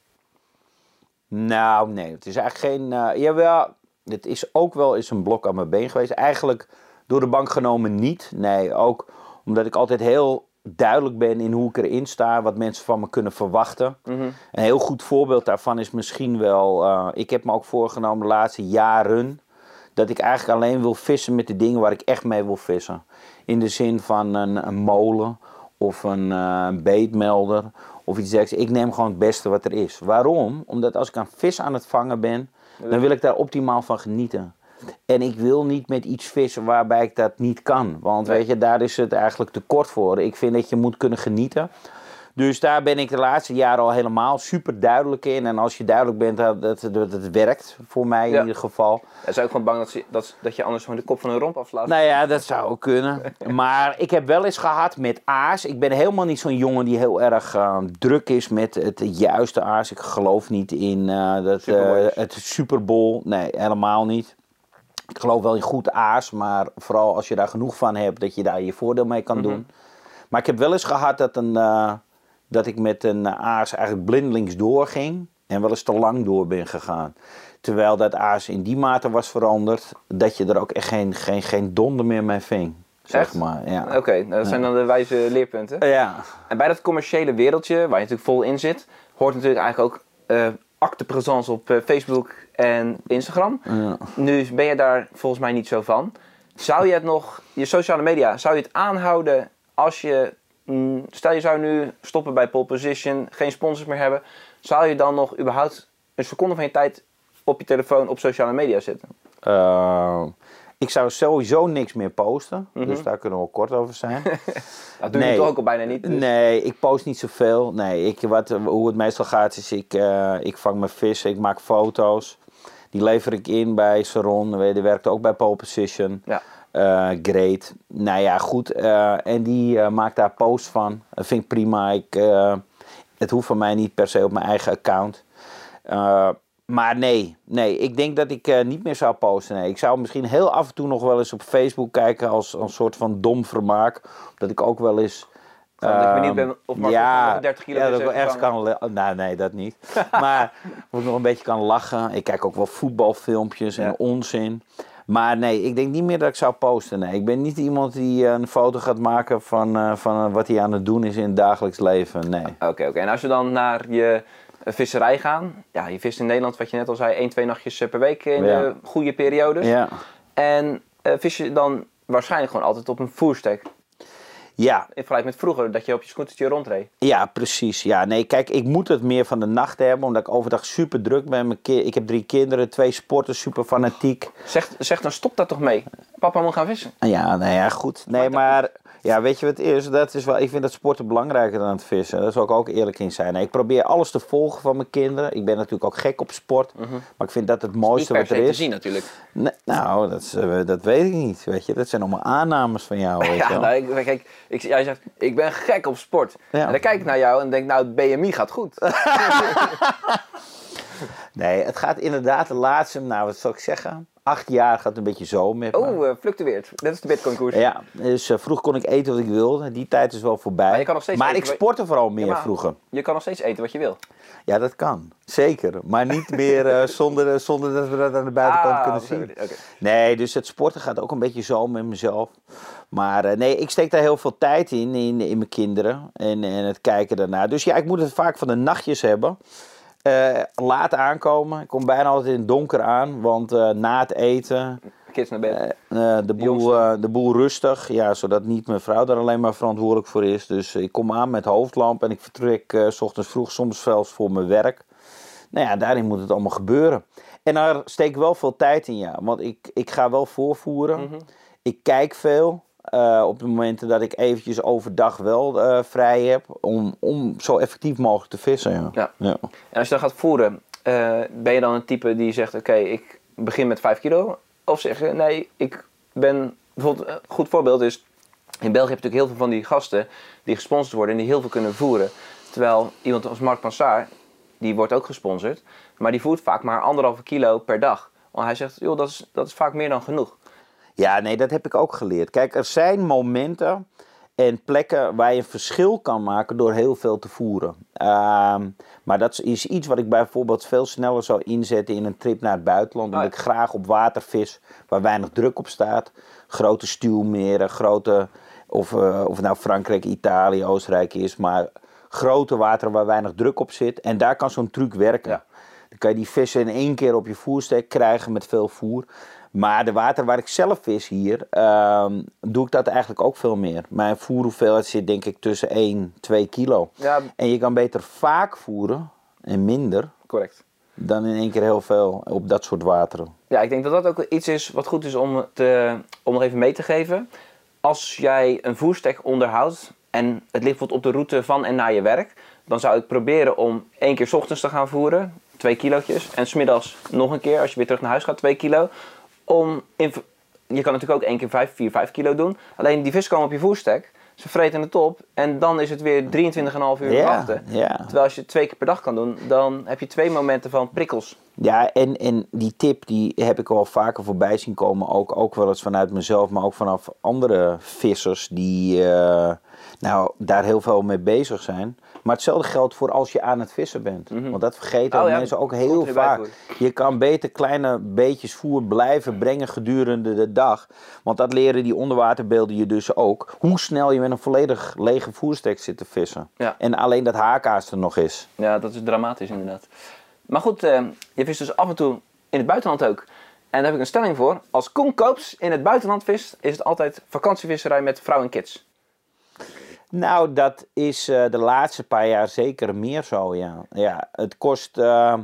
Nou, nee. Het is eigenlijk geen... Uh, jawel, het is ook wel eens een blok aan mijn been geweest. Eigenlijk door de bank genomen niet. Nee, ook omdat ik altijd heel duidelijk ben in hoe ik erin sta. Wat mensen van me kunnen verwachten. Mm-hmm. Een heel goed voorbeeld daarvan is misschien wel... Uh, ik heb me ook voorgenomen de laatste jaren... dat ik eigenlijk alleen wil vissen met de dingen waar ik echt mee wil vissen. In de zin van een, een molen... of een uh, beetmelder, of iets dergelijks. Ik neem gewoon het beste wat er is. Waarom? Omdat als ik een vis aan het vangen ben, dan wil ik daar optimaal van genieten. En ik wil niet met iets vissen waarbij ik dat niet kan. Want weet je, daar is het eigenlijk te kort voor. Ik vind dat je moet kunnen genieten. Dus daar ben ik de laatste jaren al helemaal super duidelijk in. En als je duidelijk bent, dat, dat, dat het werkt voor mij in ja. ieder geval. Ja, zou ik gewoon bang dat, ze, dat, dat je anders gewoon de kop van hun romp afslaat? Nou ja, dat zou ook kunnen. Maar ik heb wel eens gehad met aas. Ik ben helemaal niet zo'n jongen die heel erg uh, druk is met het juiste aas. Ik geloof niet in uh, dat, uh, het Super Bowl. Nee, helemaal niet. Ik geloof wel in goed aas, maar vooral als je daar genoeg van hebt, dat je daar je voordeel mee kan mm-hmm. doen. Maar ik heb wel eens gehad dat, een, uh, dat ik met een aas eigenlijk blindelings doorging en wel eens te lang door ben gegaan. Terwijl dat aas in die mate was veranderd, dat je er ook echt geen, geen, geen donder meer mee ving. Zeg echt? Maar. Ja. Oké, okay, nou, dat zijn dan de wijze leerpunten. Ja. En bij dat commerciële wereldje, waar je natuurlijk vol in zit, hoort natuurlijk eigenlijk ook uh, acte présence op uh, Facebook en Instagram. Ja. Nu ben je daar volgens mij niet zo van. Zou je het nog, je sociale media, zou je het aanhouden als je, mm, stel je zou nu stoppen bij Pole Position, geen sponsors meer hebben, zou je dan nog überhaupt een seconde van je tijd op je telefoon op sociale media zetten? Uh, ik zou sowieso niks meer posten, mm-hmm. dus daar kunnen we wel kort over zijn. Dat doe je nee, toch ook al bijna niet? Dus. Nee, ik post niet zoveel. Nee, ik, wat, hoe het meestal gaat is, ik, uh, ik vang mijn vissen, ik maak foto's. Die lever ik in bij Saron, die werkt ook bij Pole Position. Ja. Uh, great. Nou ja, goed. Uh, en die uh, maakt daar posts van. Dat vind ik prima. Ik, uh, het hoeft van mij niet per se op mijn eigen account. Uh, maar nee, nee, ik denk dat ik uh, niet meer zou posten. Nee. Ik zou misschien heel af en toe nog wel eens op Facebook kijken als een soort van dom vermaak. Dat ik ook wel eens... Gewoon dat ik benieuwd ben of Marco ja, dertig kilo ja, is. Dat ik wel ergens kan... Nou, nee, dat niet. Maar of ik nog een beetje kan lachen. Ik kijk ook wel voetbalfilmpjes en ja. onzin. Maar nee, ik denk niet meer dat ik zou posten. Nee, ik ben niet iemand die een foto gaat maken van, uh, van wat hij aan het doen is in het dagelijks leven. Nee. Oké, okay, oké. Okay. En als we dan naar je visserij gaan. Ja, je vist in Nederland, wat je net al zei, één, twee nachtjes per week in ja. de goede periodes. Ja. En uh, vis je dan waarschijnlijk gewoon altijd op een voerstek. Ja. In vergelijking met vroeger, dat je op je scootertje rondreed. Ja, precies. Ja, nee, kijk, ik moet het meer van de nacht hebben, omdat ik overdag super druk ben. Mijn ki- ik heb drie kinderen, twee sporters, super fanatiek. Zeg, zeg dan, stop daar toch mee. Papa moet gaan vissen. Ja, nou ja, goed. Nee, maar ja, weet je wat het is? Dat is wel, ik vind dat sporten belangrijker dan het vissen. Daar zal ik ook eerlijk in zijn. Nee, ik probeer alles te volgen van mijn kinderen. Ik ben natuurlijk ook gek op sport. Mm-hmm. Maar ik vind dat het mooiste wat er is. Niet per se te zien natuurlijk. Nee, nou, dat, is, uh, dat weet ik niet. Weet je, dat zijn allemaal aannames van jou. Weet ja, je nou, ik, kijk, ik, jij zegt, ik ben gek op sport. Ja. En dan kijk ik naar jou en denk, nou, het B M I gaat goed. Nee, het gaat inderdaad de laatste, nou wat zal ik zeggen, acht jaar gaat het een beetje zo met Oh, uh, fluctueert. Dat is de Bitcoin-koers. Ja, dus uh, vroeger kon ik eten wat ik wilde. Die tijd is wel voorbij. Maar, je kan nog steeds maar ik sportte vooral meer ja, vroeger. Je kan nog steeds eten wat je wil. Ja, dat kan. Zeker. Maar niet meer uh, zonder, zonder dat we dat aan de buitenkant ah, kunnen zien. Okay. Nee, dus het sporten gaat ook een beetje zo met mezelf. Maar uh, nee, ik steek daar heel veel tijd in, in, in mijn kinderen. En, en het kijken daarnaar. Dus ja, ik moet het vaak van de nachtjes hebben. Uh, laat aankomen. Ik kom bijna altijd in het donker aan. Want uh, na het eten... Kids naar bed. Uh, uh, de, boel, uh, de boel rustig. Ja, zodat niet mijn vrouw daar alleen maar verantwoordelijk voor is. Dus ik kom aan met hoofdlamp. En ik vertrek uh, 's ochtends vroeg, soms zelfs voor mijn werk. Nou ja, daarin moet het allemaal gebeuren. En daar steek ik wel veel tijd in, ja. Want ik, ik ga wel voorvoeren. Mm-hmm. Ik kijk veel. Uh, op de momenten dat ik eventjes overdag wel uh, vrij heb. Om, om zo effectief mogelijk te vissen. Ja. Ja. Ja. En als je dan gaat voeren. Uh, ben je dan een type die zegt, oké, okay, ik begin met vijf kilo. Of zeg je, nee, ik ben... Bijvoorbeeld, een goed voorbeeld is... In België heb je natuurlijk heel veel van die gasten die gesponsord worden en die heel veel kunnen voeren. Terwijl iemand als Marc Pansard, die wordt ook gesponsord. Maar die voert vaak maar anderhalve kilo per dag. Want hij zegt, joh, dat is, dat is vaak meer dan genoeg. Ja, nee, dat heb ik ook geleerd. Kijk, er zijn momenten en plekken waar je een verschil kan maken door heel veel te voeren. Uh, maar dat is iets wat ik bijvoorbeeld veel sneller zou inzetten in een trip naar het buitenland. Omdat oh ja. ik graag op water vis waar weinig druk op staat. Grote stuwmeren, grote, of, uh, of het nou Frankrijk, Italië, Oostenrijk is. Maar grote wateren waar weinig druk op zit. En daar kan zo'n truc werken. Ja. Dan kan je die vissen in één keer op je voerstek krijgen met veel voer. Maar de water waar ik zelf vis hier, uh, doe ik dat eigenlijk ook veel meer. Mijn voerhoeveelheid zit denk ik tussen één, twee kilo. Ja. En je kan beter vaak voeren en minder. Correct. Dan in één keer heel veel op dat soort wateren. Ja, ik denk dat dat ook iets is wat goed is om, te, om nog even mee te geven. Als jij een voerstek onderhoudt, en het ligt bijvoorbeeld op de route van en naar je werk, dan zou ik proberen om één keer 's ochtends te gaan voeren, twee kilootjes, en 's middags nog een keer, als je weer terug naar huis gaat, twee kilo. Om in, je kan natuurlijk ook één keer vijf, vier, vijf kilo doen. Alleen die vis komen op je voerstek, ze vreten het op en dan is het weer drieëntwintig komma vijf uur Ja, wachten. ja. Terwijl als je het twee keer per dag kan doen, dan heb je twee momenten van prikkels. Ja, en, en die tip die heb ik al vaker voorbij zien komen. Ook, ook wel eens vanuit mezelf, maar ook vanaf andere vissers die uh, nou, daar heel veel mee bezig zijn. Maar hetzelfde geldt voor als je aan het vissen bent. Mm-hmm. Want dat vergeten Oh, ja, mensen ook heel komt erbij vaak. voor. Je kan beter kleine beetjes voer blijven brengen gedurende de dag. Want dat leren die onderwaterbeelden je dus ook. Hoe snel je met een volledig lege voerstek zit te vissen. Ja. En alleen dat haakaas er nog is. Ja, dat is dramatisch inderdaad. Maar goed, uh, je vist dus af en toe in het buitenland ook. En daar heb ik een stelling voor. Als Koen Koops in het buitenland vist, is het altijd vakantievisserij met vrouw en kids. Nou, dat is uh, de laatste paar jaar zeker meer zo, ja. Ja, het kost uh,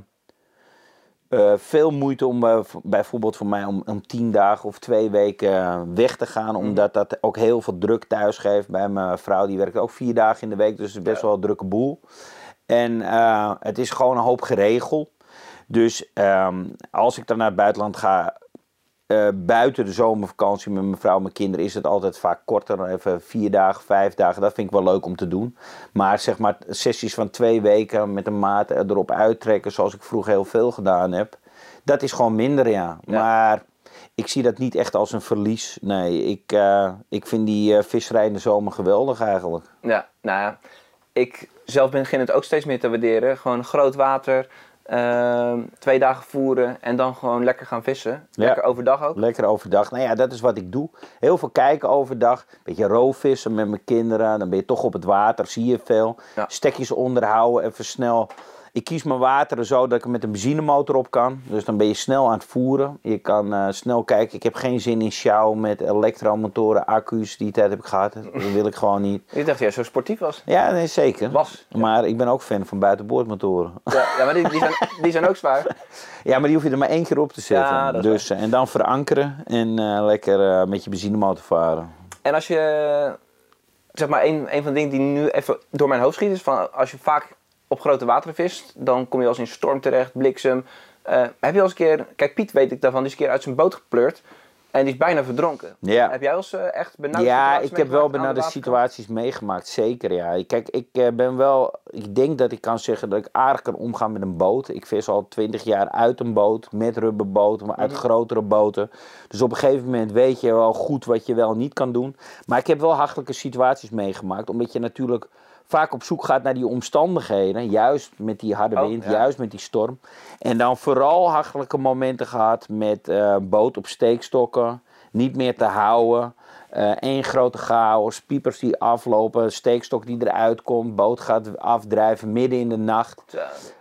uh, veel moeite om uh, bijvoorbeeld voor mij om, om tien dagen of twee weken uh, weg te gaan. Mm. Omdat dat ook heel veel druk thuis geeft. Bij mijn vrouw, die werkt ook vier dagen in de week, dus het is best ja. wel een drukke boel. En uh, het is gewoon een hoop geregeld. Dus um, als ik dan naar het buitenland ga, uh, buiten de zomervakantie met mijn vrouw en mijn kinderen, is het altijd vaak korter. Even vier dagen, vijf dagen, dat vind ik wel leuk om te doen. Maar zeg maar sessies van twee weken met een maat erop uittrekken, zoals ik vroeger heel veel gedaan heb, dat is gewoon minder, ja. ja. Maar ik zie dat niet echt als een verlies. Nee, ik, uh, ik vind die uh, visserij in de zomer geweldig eigenlijk. Ja, nou ja, ik zelf begin het ook steeds meer te waarderen. Gewoon groot water, uh, twee dagen voeren en dan gewoon lekker gaan vissen. Lekker ja, overdag ook. Lekker overdag. Nou ja, dat is wat ik doe. Heel veel kijken overdag. Beetje roofvissen met mijn kinderen. Dan ben je toch op het water, zie je veel. Ja. Stekjes onderhouden, even snel. Ik kies mijn wateren zo dat ik er met een benzinemotor op kan. Dus dan ben je snel aan het voeren. Je kan uh, snel kijken. Ik heb geen zin in sjouw met elektromotoren, accu's. Die tijd heb ik gehad. Dat wil ik gewoon niet. Ik dacht dat jij zo sportief was. Ja, nee, zeker. Was. Ja. Maar ik ben ook fan van buitenboordmotoren. Ja, ja maar die, die, zijn, die zijn ook zwaar. Ja, maar die hoef je er maar één keer op te zetten. Ja, dus, en dan verankeren en uh, lekker uh, met je benzinemotor varen. En als je, zeg maar, een, een van de dingen die nu even door mijn hoofd schiet is van als je vaak op grote wateren vist, dan kom je als in storm terecht, bliksem. Uh, heb je al eens een keer, kijk Piet weet ik daarvan, die is een keer uit zijn boot gepleurd en die is bijna verdronken. Ja. Heb jij al eens uh, echt benauwde ja, situaties ik heb wel benauwde situaties meegemaakt, zeker ja. Kijk, ik uh, ben wel, ik denk dat ik kan zeggen dat ik aardig kan omgaan met een boot. Ik vis al twintig jaar uit een boot, met rubberboten, maar uit mm-hmm. grotere boten. Dus op een gegeven moment weet je wel goed wat je wel niet kan doen. Maar ik heb wel hachelijke situaties meegemaakt, omdat je natuurlijk vaak op zoek gaat naar die omstandigheden, juist met die harde wind, oh, ja. juist met die storm. En dan vooral hachelijke momenten gehad met uh, boot op steekstokken, niet meer te houden, uh, één grote chaos, piepers die aflopen, steekstok die eruit komt, boot gaat afdrijven midden in de nacht.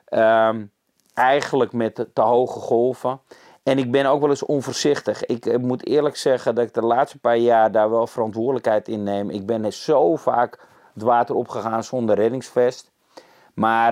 Um, eigenlijk met te, te hoge golven. En ik ben ook wel eens onvoorzichtig. Ik uh, moet eerlijk zeggen dat ik de laatste paar jaar daar wel verantwoordelijkheid in neem. Ik ben er zo vaak het water opgegaan zonder reddingsvest. Maar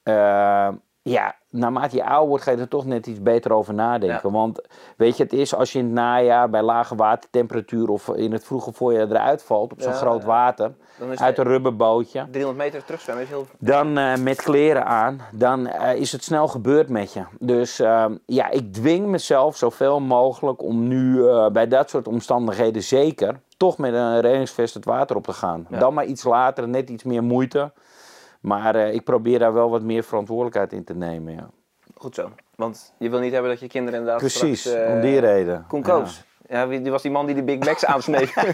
uh, ja, naarmate je ouder wordt ga je er toch net iets beter over nadenken. Ja. Want weet je, het is als je in het najaar bij lage watertemperatuur of in het vroege voorjaar eruit valt op zo'n ja, groot water, uit een rubberbootje. driehonderd meter terugzwemmen is heel... Dan uh, met kleren aan, dan uh, is het snel gebeurd met je. Dus uh, ja, ik dwing mezelf zoveel mogelijk om nu uh, bij dat soort omstandigheden zeker toch met een reddingsvest het water op te gaan. Ja. Dan maar iets later, net iets meer moeite. Maar uh, ik probeer daar wel wat meer verantwoordelijkheid in te nemen, ja. Goed zo. Want je wil niet hebben dat je kinderen inderdaad Precies, straks, uh, om die reden. Koen Koops. Ja. Ja, die was die man die de Big Macs aansneed. Oké,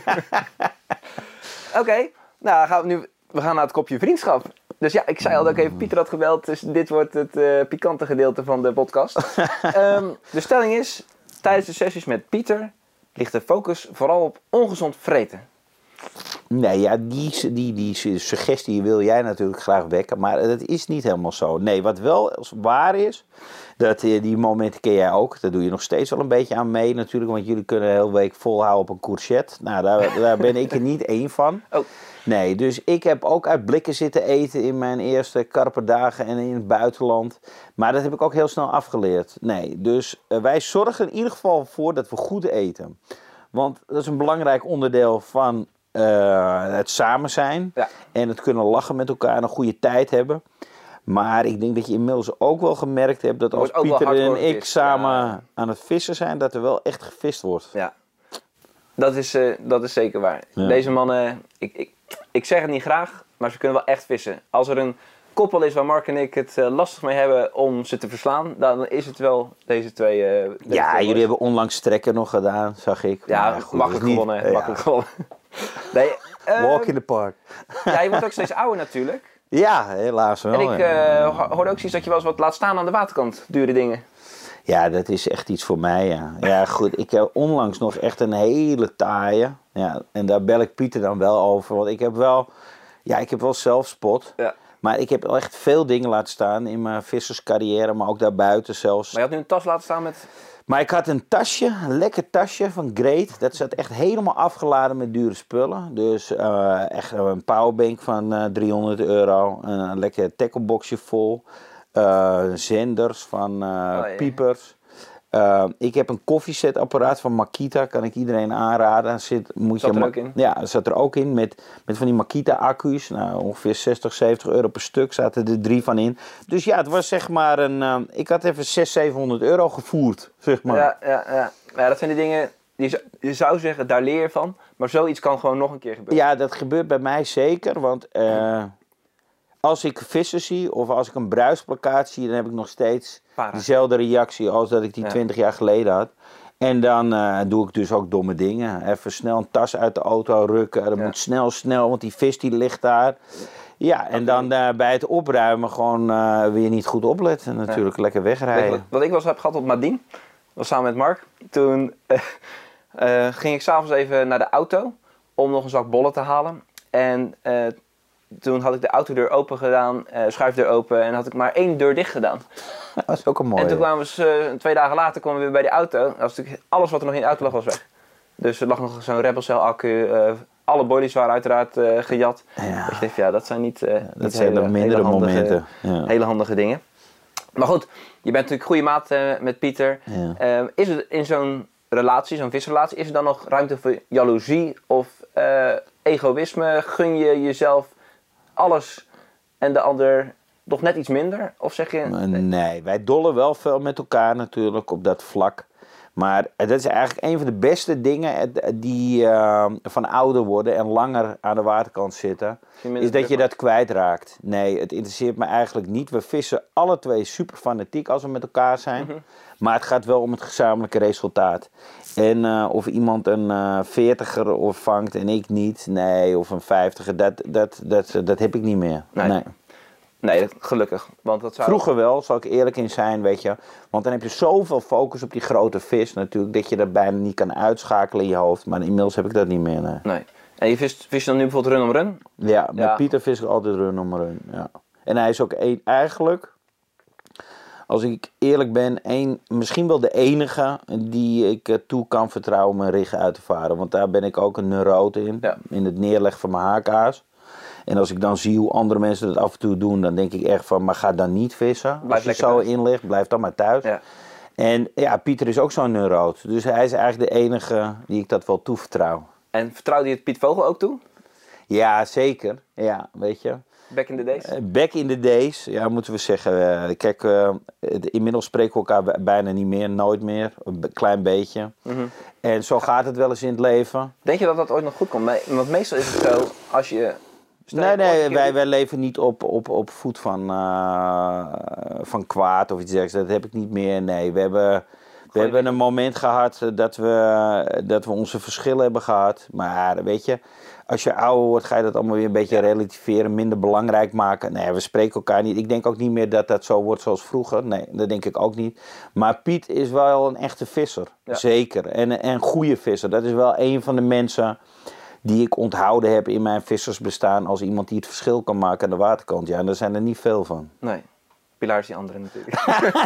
okay. Nou gaan we nu we gaan naar het kopje vriendschap. Dus ja, ik zei al dat ik even Pieter had gebeld. Dus dit wordt het uh, pikante gedeelte van de podcast. um, de stelling is, tijdens de sessies met Pieter ligt de focus vooral op ongezond vreten. Nee, ja, die, die, die suggestie wil jij natuurlijk graag wekken, maar dat is niet helemaal zo. Nee, wat wel waar is, dat die momenten ken jij ook. Daar doe je nog steeds wel een beetje aan mee natuurlijk, want jullie kunnen de hele week volhouden op een courgette. Nou, daar, daar ben ik er niet één van. Oh. Nee, dus ik heb ook uit blikken zitten eten in mijn eerste karperdagen en in het buitenland. Maar dat heb ik ook heel snel afgeleerd. Nee, dus uh, wij zorgen in ieder geval voor dat we goed eten. Want dat is een belangrijk onderdeel van uh, het samen zijn. Ja. En het kunnen lachen met elkaar en een goede tijd hebben. Maar ik denk dat je inmiddels ook wel gemerkt hebt dat als Pieter en ik samen ja. aan het vissen zijn, dat er wel echt gevist wordt. Ja, dat is, uh, dat is zeker waar. Ja. Deze mannen, ik, ik, ik zeg het niet graag, maar ze kunnen wel echt vissen. Als er een koppel is waar Mark en ik het uh, lastig mee hebben om ze te verslaan, dan is het wel deze twee. Uh, deze ja, twee jullie hebben onlangs trekken nog gedaan, zag ik. Ja, maar goed, makkelijk gewonnen. Niet, makkelijk ja. gewonnen. Nee, uh, Walk in the park. Ja, je wordt ook steeds ouder natuurlijk. Ja, helaas wel. En ik uh, hoorde ook zoiets dat je wel eens wat laat staan aan de waterkant, dure dingen. Ja, dat is echt iets voor mij, ja. Ja, goed, ik heb onlangs nog echt een hele taaie. Ja, en daar bel ik Pieter dan wel over. Want ik heb wel, ja, ik heb wel zelfspot. Ja. Maar ik heb echt veel dingen laten staan in mijn visserscarrière, maar ook daarbuiten zelfs. Maar je had nu een tas laten staan met... Maar ik had een tasje, een lekker tasje van Great. Dat zat echt helemaal afgeladen met dure spullen. Dus uh, echt een powerbank van uh, driehonderd euro. Een lekker tackleboxje vol. Uh, zenders van uh, oh, ja. piepers. Uh, ik heb een koffiezetapparaat van Makita, kan ik iedereen aanraden. Zit, moet zat je er ook in? Ja, dat zat er ook in met, met van die Makita accu's. Nou, ongeveer zestig, zeventig euro per stuk zaten er drie van in. Dus ja, het was zeg maar een... Uh, ik had even zeshonderd, zevenhonderd euro gevoerd, zeg maar. Ja, ja, ja. ja dat zijn die dingen... Die, je zou zeggen, daar leer je van. Maar zoiets kan gewoon nog een keer gebeuren. Ja, dat gebeurt bij mij zeker, want... Uh, Als ik vissen zie of als ik een bruisplakkaat zie, dan heb ik nog steeds Para. dezelfde reactie als dat ik die ja. twintig jaar geleden had. En dan uh, doe ik dus ook domme dingen. Even snel een tas uit de auto rukken. Dat ja. moet snel, snel, want die vis die ligt daar. Ja, en dan uh, bij het opruimen gewoon uh, weer niet goed opletten. Natuurlijk ja. lekker wegrijden. Wat, wat ik wel eens heb gehad op Madien, was samen met Mark. Toen uh, uh, ging ik s'avonds even naar de auto om nog een zak bollen te halen. En... Uh, Toen had ik de autodeur open gedaan, uh, schuifdeur open en had ik maar één deur dicht gedaan. Dat is ook een mooie. En toen kwamen we uh, twee dagen later kwamen we weer bij de auto. Dat was natuurlijk alles wat er nog in de auto lag was weg. Dus er lag nog zo'n Rebelcell accu. Uh, alle boilies waren uiteraard uh, gejat. Ja. Dus ik dacht, ja, dat zijn niet, uh, ja, dat niet zijn hele, mindere hele handige, momenten. Ja. Hele handige dingen. Maar goed, je bent natuurlijk goede maat uh, met Pieter. Ja. Uh, is er in zo'n relatie, zo'n visrelatie, is er dan nog ruimte voor jaloezie of uh, egoïsme? Gun je jezelf alles en de ander nog net iets minder? Of zeg je... Nee, nee wij dollen wel veel met elkaar natuurlijk op dat vlak. Maar dat is eigenlijk een van de beste dingen die uh, van ouder worden en langer aan de waterkant zitten. Is dat je dat kwijtraakt. Nee, het interesseert me eigenlijk niet. We vissen alle twee super fanatiek als we met elkaar zijn. Mm-hmm. Maar het gaat wel om het gezamenlijke resultaat. En uh, of iemand een uh, veertiger of vangt en ik niet. Nee, of een vijftiger. Dat, dat, dat, dat heb ik niet meer. Nee. nee. Nee, gelukkig. Want dat zou... Vroeger wel, zal ik eerlijk in zijn, weet je. Want dan heb je zoveel focus op die grote vis natuurlijk, dat je dat bijna niet kan uitschakelen in je hoofd. Maar inmiddels heb ik dat niet meer, nee. nee. En je vist, vis je dan nu bijvoorbeeld run om run? Ja, met ja. Pieter vis ik altijd run om run, ja. En hij is ook een, eigenlijk, als ik eerlijk ben, een, misschien wel de enige die ik uh, toe kan vertrouwen mijn rig uit te varen. Want daar ben ik ook een neuroot in, ja. in het neerleggen van mijn haaka's. En als ik dan zie hoe andere mensen dat af en toe doen, dan denk ik echt van, maar ga dan niet vissen. Blijf als je zo in ligt, blijf dan maar thuis. Ja. En ja, Pieter is ook zo'n neuroot. Dus hij is eigenlijk de enige die ik dat wel toevertrouw. En vertrouwde je het Piet Vogel ook toe? Ja, zeker. Ja, weet je. Back in the days? Uh, back in the days, ja, moeten we zeggen. Uh, kijk, uh, inmiddels spreken we elkaar bijna niet meer, nooit meer. Een klein beetje. Mm-hmm. En zo gaat het wel eens in het leven. Denk je dat dat ooit nog goed komt? Want meestal is het zo, als je... Nee, nee, wij, wij leven niet op, op, op voet van, uh, van kwaad of iets dergelijks. Dat heb ik niet meer. Nee, we hebben, we hebben een moment gehad dat we, dat we onze verschillen hebben gehad. Maar weet je, als je ouder wordt ga je dat allemaal weer een beetje relativeren, minder belangrijk maken. Nee, we spreken elkaar niet. Ik denk ook niet meer dat dat zo wordt zoals vroeger. Nee, dat denk ik ook niet. Maar Piet is wel een echte visser. Ja. Zeker. En, en een goede visser. Dat is wel een van de mensen die ik onthouden heb in mijn vissersbestaan als iemand die het verschil kan maken aan de waterkant. Ja, en daar zijn er niet veel van. Nee, Pilar is die andere natuurlijk.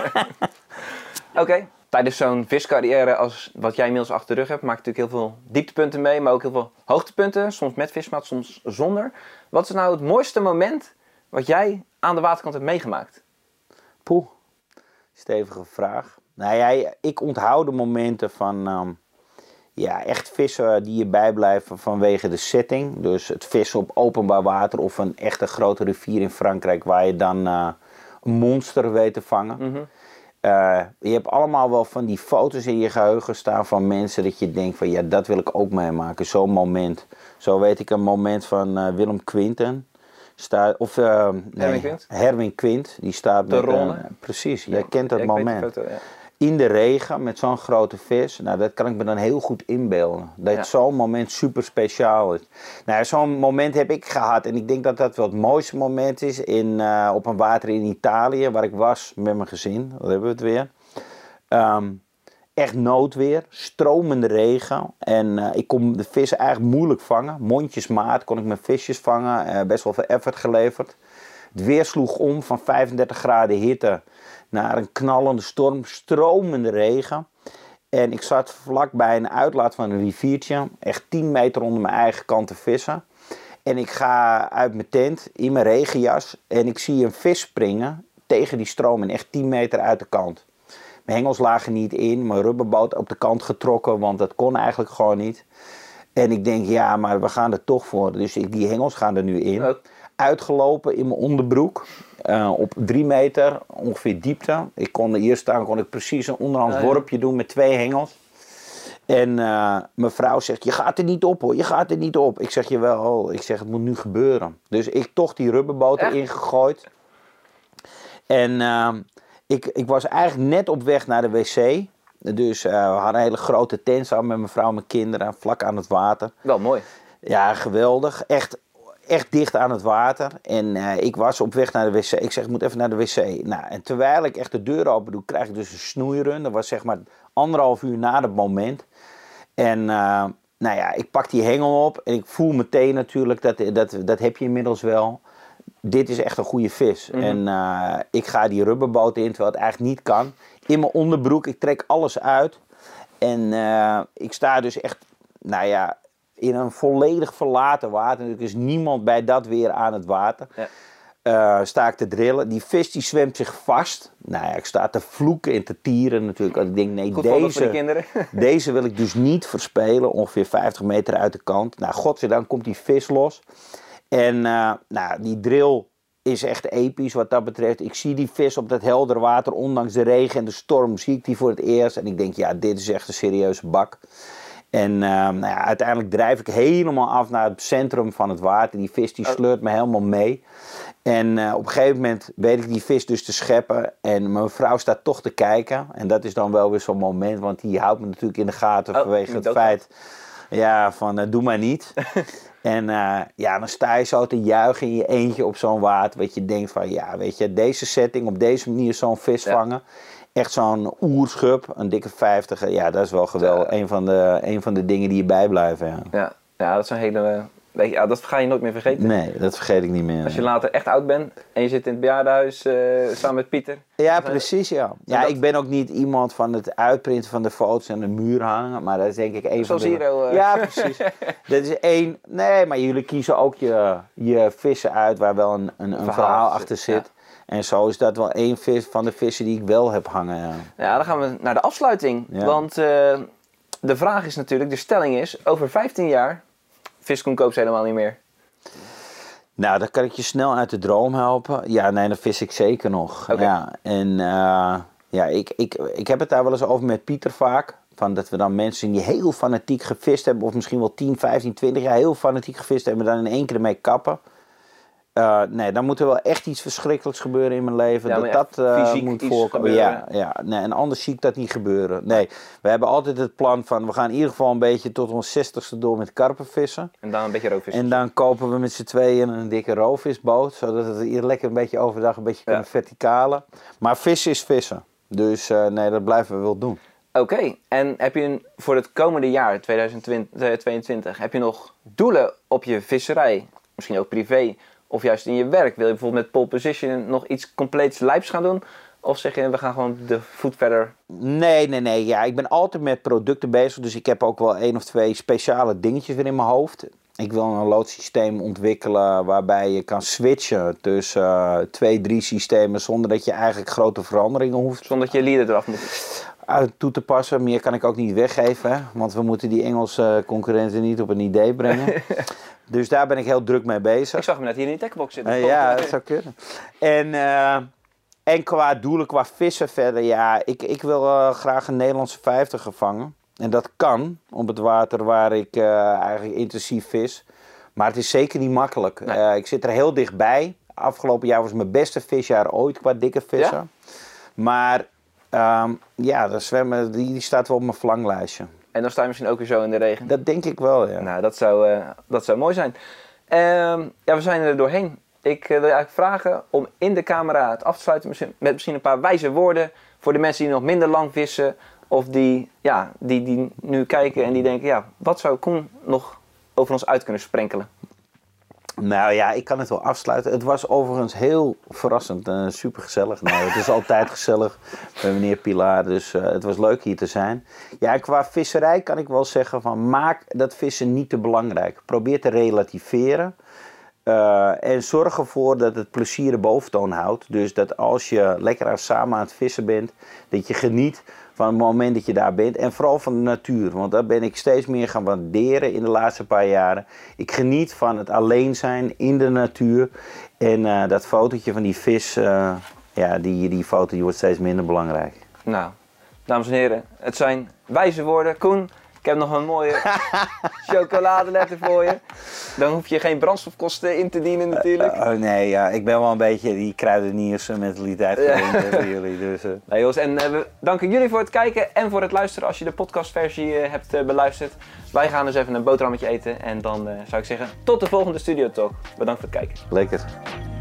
Oké, okay. Tijdens zo'n viscarrière als wat jij inmiddels achter de rug hebt, maak je natuurlijk heel veel dieptepunten mee, maar ook heel veel hoogtepunten. Soms met vismaat, soms zonder. Wat is nou het mooiste moment wat jij aan de waterkant hebt meegemaakt? Poeh, stevige vraag. Nou ja, ik onthoud de momenten van... Um, ja, echt vissen die je bijblijven vanwege de setting. Dus het vissen op openbaar water of een echte grote rivier in Frankrijk waar je dan uh, een monster weet te vangen. Mm-hmm. Uh, je hebt allemaal wel van die foto's in je geheugen staan van mensen dat je denkt van ja, dat wil ik ook meemaken. Zo'n moment. Zo weet ik een moment van uh, Willem Quinten. Staat, of uh, nee, Herwin Quint? Herwin Quint. Die staat de met, uh, precies, ja, jij kent dat ja, moment. Foto, ja. In de regen met zo'n grote vis. Nou, dat kan ik me dan heel goed inbeelden. Dat ja. zo'n moment super speciaal is. Nou, zo'n moment heb ik gehad. En ik denk dat dat wel het mooiste moment is. In, uh, op een water in Italië. Waar ik was met mijn gezin. Daar hebben we het weer. Um, echt noodweer. Stromende regen. En uh, ik kon de vissen eigenlijk moeilijk vangen. Mondjesmaat kon ik mijn visjes vangen. Uh, best wel veel effort geleverd. Het weer sloeg om van vijfendertig graden hitte naar een knallende storm, stromende regen. En ik zat vlakbij een uitlaat van een riviertje, echt tien meter onder mijn eigen kant te vissen. En ik ga uit mijn tent in mijn regenjas en ik zie een vis springen tegen die stroom en echt tien meter uit de kant. Mijn hengels lagen niet in, mijn rubberboot op de kant getrokken, want dat kon eigenlijk gewoon niet. En ik denk, ja, maar we gaan er toch voor. Dus ik, die hengels gaan er nu in. Uitgelopen in mijn onderbroek. Uh, op drie meter, ongeveer diepte. Ik kon hier staan, kon ik precies een onderhands ja, ja. worpje doen met twee hengels. En uh, mijn vrouw zegt, je gaat er niet op hoor, je gaat er niet op. Ik zeg, jawel, ik zeg, het moet nu gebeuren. Dus ik toch die rubberboot erin gegooid. En uh, ik, ik was eigenlijk net op weg naar de wc. Dus uh, we hadden een hele grote tent samen met mijn vrouw en mijn kinderen, vlak aan het water. Wel mooi. Ja, geweldig. Echt, echt dicht aan het water. En uh, ik was op weg naar de wc. Ik zeg, ik moet even naar de wc. Nou, en terwijl ik echt de deur open doe, krijg ik dus een snoeirun. Dat was zeg maar anderhalf uur na dat moment. En uh, nou ja, ik pak die hengel op en ik voel meteen natuurlijk, dat, dat, dat heb je inmiddels wel. Dit is echt een goede vis. Mm-hmm. En uh, ik ga die rubberboot in, terwijl het eigenlijk niet kan. In mijn onderbroek, ik trek alles uit. En uh, ik sta dus echt, nou ja, in een volledig verlaten water. Er is niemand bij dat weer aan het water. Ja. Uh, sta ik te drillen. Die vis die zwemt zich vast. Nou ja, ik sta te vloeken en te tieren natuurlijk. Ik denk, nee, Goed deze, voor de kinderen. deze wil ik dus niet verspelen. Ongeveer vijftig meter uit de kant. Nou, godzijdank komt die vis los. En uh, nou, die drill is echt episch wat dat betreft. Ik zie die vis op dat heldere water, ondanks de regen en de storm, zie ik die voor het eerst. En ik denk, ja, dit is echt een serieuze bak. En uh, nou ja, uiteindelijk drijf ik helemaal af naar het centrum van het water. Die vis die sleurt me helemaal mee. En uh, op een gegeven moment weet ik die vis dus te scheppen. En mijn vrouw staat toch te kijken. En dat is dan wel weer zo'n moment, want die houdt me natuurlijk in de gaten oh, vanwege het feit... Ja, van uh, doe maar niet. En uh, ja, dan sta je zo te juichen in je eentje op zo'n water. Dat je denkt van, ja, weet je, deze setting, op deze manier zo'n vis ja. vangen. Echt zo'n oerschub, een dikke vijftiger. Ja, dat is wel geweldig. Ja. Een van de, een van de dingen die je bijblijven. Ja, ja, ja dat is een hele... Ja, dat ga je nooit meer vergeten. Nee, dat vergeet ik niet meer. Als je later echt oud bent en je zit in het bejaardenhuis uh, samen met Pieter. Ja, precies, ja. Ja, dat... ik ben ook niet iemand van het uitprinten van de foto's aan de muur hangen. Maar dat is denk ik één van de... Zero, uh... Ja, precies. Dat is één... Nee, maar jullie kiezen ook je, je vissen uit waar wel een, een, een verhaal, verhaal achter zit. Ja. En zo is dat wel één vis van de vissen die ik wel heb hangen. Ja, ja dan gaan we naar de afsluiting. Ja. Want uh, de vraag is natuurlijk, de stelling is, over vijftien jaar... vis Koen Koops helemaal niet meer. Nou, dan kan ik je snel uit de droom helpen. Ja, nee, dan vis ik zeker nog. Okay. Ja, en uh, ja, ik, ik, ik heb het daar wel eens over met Pieter vaak. Van dat we dan mensen zien die heel fanatiek gevist hebben. Of misschien wel tien, vijftien, twintig jaar heel fanatiek gevist hebben. En dan in één keer ermee kappen. Uh, nee, dan moet er wel echt iets verschrikkelijks gebeuren in mijn leven. Ja, dat dat uh, moet voorkomen. Ja, ja, nee, en anders zie ik dat niet gebeuren. Nee, we hebben altijd het plan van... we gaan in ieder geval een beetje tot ons zestigste door met karpen vissen. En dan een beetje roofvissen. En dan kopen we met z'n tweeën een dikke roofvisboot. Zodat het hier lekker een beetje overdag een beetje ja. kunnen verticalen. Maar vissen is vissen. Dus uh, nee, dat blijven we wel doen. Oké, okay. En heb je een, voor het komende jaar, tweeduizend tweeëntwintig... heb je nog doelen op je visserij? Misschien ook privé... Of juist in je werk. Wil je bijvoorbeeld met pole position nog iets compleets lijps gaan doen? Of zeg je, we gaan gewoon de voet verder? Nee, nee, nee. Ja, ik ben altijd met producten bezig. Dus ik heb ook wel één of twee speciale dingetjes weer in mijn hoofd. Ik wil een loodsysteem ontwikkelen waarbij je kan switchen tussen uh, twee, drie systemen. Zonder dat je eigenlijk grote veranderingen hoeft. Zonder dat je leader eraf moet. uit toe te passen. Meer kan ik ook niet weggeven, hè? Want we moeten die Engelse concurrenten niet op een idee brengen. Dus daar ben ik heel druk mee bezig. Ik zag hem net hier in die tackbox zitten. Uh, ja, dat zou kunnen. En, uh, en qua doelen, qua vissen verder, ja, ik, ik wil uh, graag een Nederlandse vijftiger vangen. En dat kan op het water waar ik uh, eigenlijk intensief vis. Maar het is zeker niet makkelijk. Nee. Uh, ik zit er heel dichtbij. Afgelopen jaar was mijn beste visjaar ooit qua dikke vissen. Ja? Maar um, ja, de zwemmen die, die staat wel op mijn verlanglijstje. En dan sta je misschien ook weer zo in de regen? Dat denk ik wel, ja. Nou, dat zou, uh, dat zou mooi zijn. Um, ja, we zijn er doorheen. Ik uh, wil je eigenlijk vragen om in de camera het af te sluiten met misschien een paar wijze woorden voor de mensen die nog minder lang vissen. Of die, ja, die, die nu kijken en die denken, ja, wat zou Koen nog over ons uit kunnen sprenkelen? Nou ja, ik kan het wel afsluiten. Het was overigens heel verrassend en uh, super gezellig. Nou, het is altijd gezellig bij meneer Pilaar, dus uh, het was leuk hier te zijn. Ja, qua visserij kan ik wel zeggen van maak dat vissen niet te belangrijk. Probeer te relativeren. Uh, en zorg ervoor dat het plezier de boventoon houdt. Dus dat als je lekker aan samen aan het vissen bent, dat je geniet van het moment dat je daar bent. En vooral van de natuur, want daar ben ik steeds meer gaan waarderen in de laatste paar jaren. Ik geniet van het alleen zijn in de natuur. En uh, dat fotootje van die vis, uh, ja, die, die foto die wordt steeds minder belangrijk. Nou, dames en heren, het zijn wijze woorden. Koen, ik heb nog een mooie chocoladeletter voor je. Dan hoef je geen brandstofkosten in te dienen natuurlijk. Uh, oh nee, ja, ik ben wel een beetje die kruidenierse mentaliteit gewend voor jullie. Dus, uh. nee, jongens, en uh, we danken jullie voor het kijken en voor het luisteren als je de podcastversie uh, hebt uh, beluisterd. Wij gaan dus even een boterhammetje eten en dan uh, zou ik zeggen tot de volgende Studio Talk. Bedankt voor het kijken. Lekker.